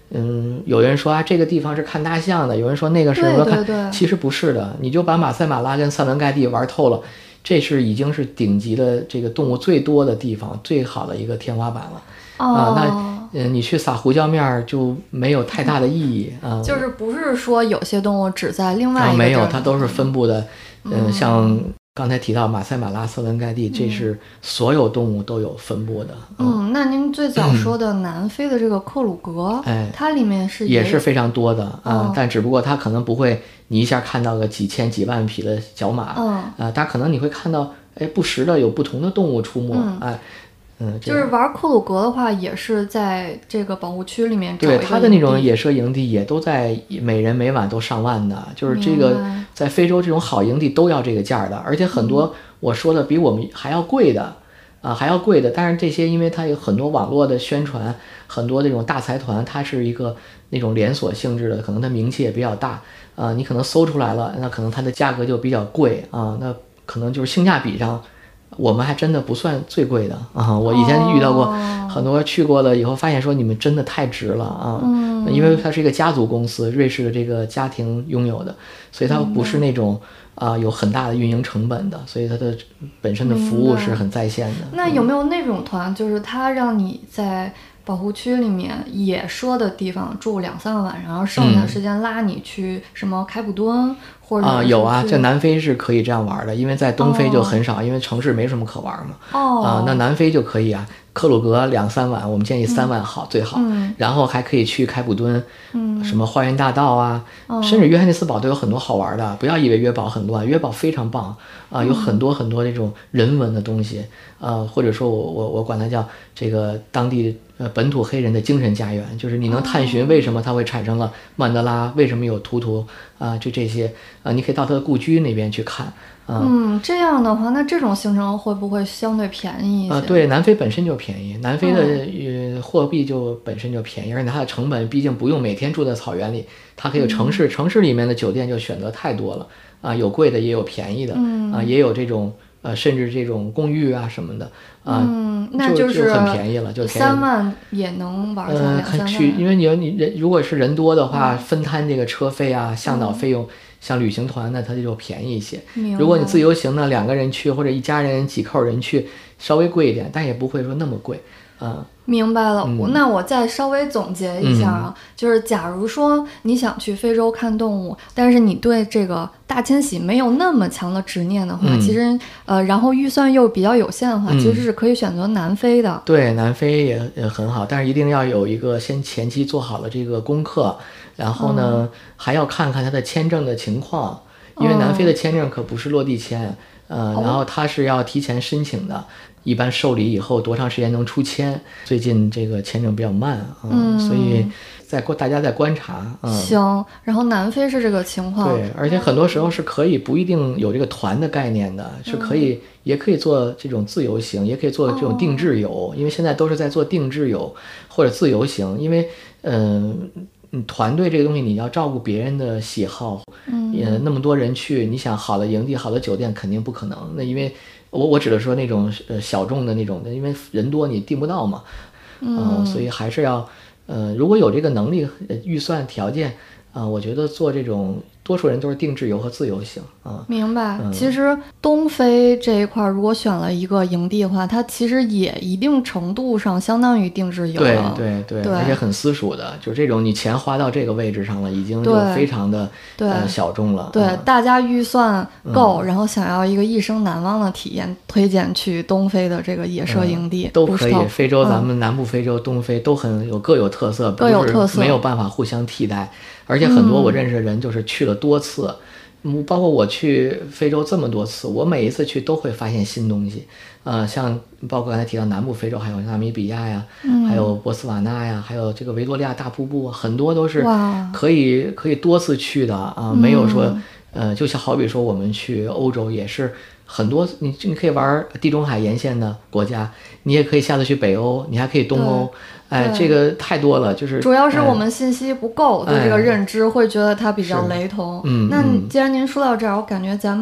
嗯，有人说啊，这个地方是看大象的，有人说那个是什么看， 对对对， 其实不是的。你就把马赛马拉跟塞伦盖蒂玩透了，这是已经是顶级的这个动物最多的地方，最好的一个天花板了。 哦、 啊，那嗯、呃，你去撒胡椒面就没有太大的意义啊。 就是不是说有些动物只在另外一个、 啊、没有，它都是分布的。嗯、呃，像刚才提到马赛马拉、塞伦盖蒂，这是所有动物都有分布的。 嗯，嗯那您最早说的南非的这个克鲁格， 哎， 它里面是也是非常多的啊、 哦， 但只不过它可能不会你一下看到个几千几万匹的角马， 嗯啊，它可能你会看到，哎，不时的有不同的动物出没， 嗯、 哎。嗯， 就是玩克鲁格的话，也是在这个保护区里面找一个对它的那种野奢营地，也都在每人每晚都上万的，就是这个在非洲这种好营地都要这个价的，而且很多我说的比我们还要贵的，啊还要贵的。但是这些因为它有很多网络的宣传，很多那种大财团，它是一个那种连锁性质的，可能它名气也比较大，啊你可能搜出来了，那可能它的价格就比较贵啊，那可能就是性价比上。我们还真的不算最贵的啊！我以前遇到过很多去过了以后，发现说你们真的太值了啊！ 嗯， 因为它是一个家族公司，瑞士的这个家庭拥有的，所以它不是那种啊、呃、有很大的运营成本的，所以它的本身的服务是很在线的。 那有没有那种团，就是它让你在保护区里面野奢的地方住两三个晚上，然后剩下的时间拉你去什么开普敦？或者啊、呃，有啊，在南非是可以这样玩的，因为在东非就很少，哦、因为城市没什么可玩嘛。 哦， 啊、呃，那南非就可以啊，克鲁格两三晚，我们建议三晚好、嗯、最好、 嗯， 然后还可以去开普敦， 嗯， 什么花园大道啊， 哦、 甚至约翰内斯堡都有很多好玩的。不要以为约堡很乱，约堡非常棒啊、呃，有很多很多这种人文的东西啊、呃，或者说我我我管它叫这个当地。呃，本土黑人的精神家园，就是你能探寻为什么他会产生了曼德拉，为什么有图图啊、呃，就这些啊、呃，你可以到他的故居那边去看啊。 嗯，这样的话，那这种行程会不会相对便宜一些？ 啊、呃，对，南非本身就便宜，南非的、嗯、呃货币就本身就便宜，而且它的成本毕竟不用每天住在草原里，它可以有城市，嗯、城市里面的酒店就选择太多了啊，有贵的也有便宜的， 嗯、 啊，也有这种。呃，甚至这种公寓啊什么的啊， 嗯，那就是就很便宜了，就三万也能玩下两三万。 呃，去，因为你你人如果是人多的话，嗯、分摊这个车费啊、向导费用，嗯、像旅行团呢，它就便宜一些。如果你自由行呢，两个人去或者一家人几口人去，稍微贵一点，但也不会说那么贵啊。 明白了， 嗯、 那我再稍微总结一下啊， 嗯、 就是假如说你想去非洲看动物，但是你对这个大迁徙没有那么强的执念的话， 嗯、 其实呃，然后预算又比较有限的话， 嗯、 其实是可以选择南非的。 对，南非也也很好，但是一定要有一个先前期做好了这个功课，然后呢、嗯、还要看看他的签证的情况，因为南非的签证可不是落地签，呃， 哦、 然后他是要提前申请的。一般受理以后多长时间能出签？最近这个签证比较慢啊， 嗯、 所以在大家在观察。嗯， 行。然后南非是这个情况， 对，而且很多时候是可以不一定有这个团的概念的， 嗯、 是可以也可以做这种自由行，也可以做这种定制游， 哦、 因为现在都是在做定制游或者自由行，因为嗯。嗯，团队这个东西你要照顾别人的喜好， 嗯， 也那么多人去，你想好的营地、好的酒店肯定不可能。那因为我我指的说那种呃小众的那种的，因为人多你订不到嘛， 嗯、 呃，所以还是要呃如果有这个能力、预算条件啊、呃，我觉得做这种多数人都是定制游和自由行啊。 明白。 嗯、 其实东非这一块如果选了一个营地的话，它其实也一定程度上相当于定制游了。 对对对, 对， 而且很私属的，就这种你钱花到这个位置上了，已经就非常的呃小众了。 对， 嗯、 大家预算够、 嗯， 然后想要一个一生难忘的体验，推荐去东非的这个野奢营地、 嗯、都可以。非洲咱们嗯、 南部非洲、东非都很有各有特色， 各有特色， 没有办法互相替代。而且很多我认识的人就是去了多次。嗯，包括我去非洲这么多次，我每一次去都会发现新东西，呃，像包括刚才提到南部非洲，还有纳米比亚呀， 嗯、 还有波斯瓦纳呀，还有这个维多利亚大瀑布，很多都是可以可以多次去的啊、呃，没有说、嗯、呃，就像好比说我们去欧洲也是很多，你你可以玩地中海沿线的国家，你也可以下次去北欧，你还可以东欧。哎，这个太多了，就是主要是我们信息不够， 哎、 对这个认知会觉得它比较雷同。 嗯， 那既然您说到这儿，我感觉咱们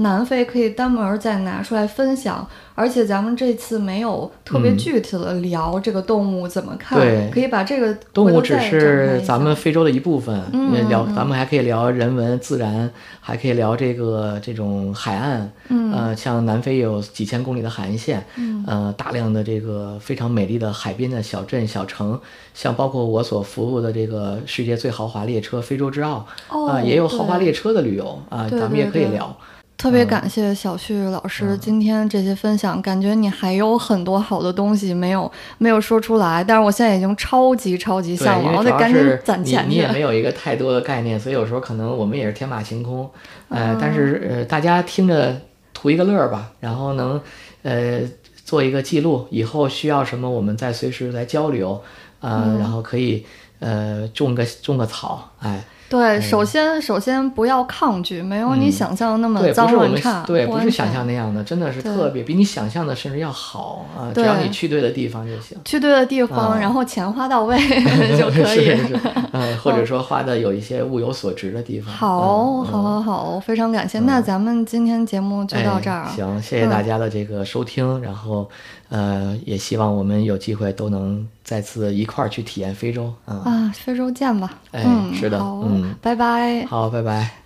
南非可以单门再拿出来分享，而且咱们这次没有特别具体的聊这个动物怎么看， 对， 可以把这个动物只是咱们非洲的一部分， 嗯、 聊咱们还可以聊人文自然，还可以聊这个这种海岸， 嗯， 呃，像南非有几千公里的海岸线， 嗯， 呃，大量的这个非常美丽的海边的小镇小城，像包括我所服务的这个世界最豪华列车非洲之傲，啊、 哦呃，也有豪华列车的旅游啊、呃，咱们也可以聊。 对对对，特别感谢小旭老师今天这些分享、嗯、感觉你还有很多好的东西没有没有说出来，但是我现在已经超级超级向往，我得赶紧攒钱去。 你你也没有一个太多的概念，所以有时候可能我们也是天马行空，呃，嗯、但是呃大家听着图一个乐吧，然后能呃做一个记录，以后需要什么我们再随时来交流，呃，嗯、然后可以呃种个种个草，哎。 对，首先首先不要抗拒，没有你想象那么脏乱差， 嗯、对，不是想象那样的，真的是特别比你想象的甚至要好啊！只要你去对的地方就行， 去对的地方，嗯、然后钱花到位就可以， 是是是，嗯，或者说花的有一些物有所值的地方。 好， 嗯、 好，好，好，非常感谢。嗯、那咱们今天节目就到这儿、 哎。行，谢谢大家的这个收听，嗯、然后呃，也希望我们有机会都能再次一块儿去体验非洲啊！ 啊，非洲见吧。 哎， 嗯、 是的， 好， 嗯， 拜拜。 好，拜拜。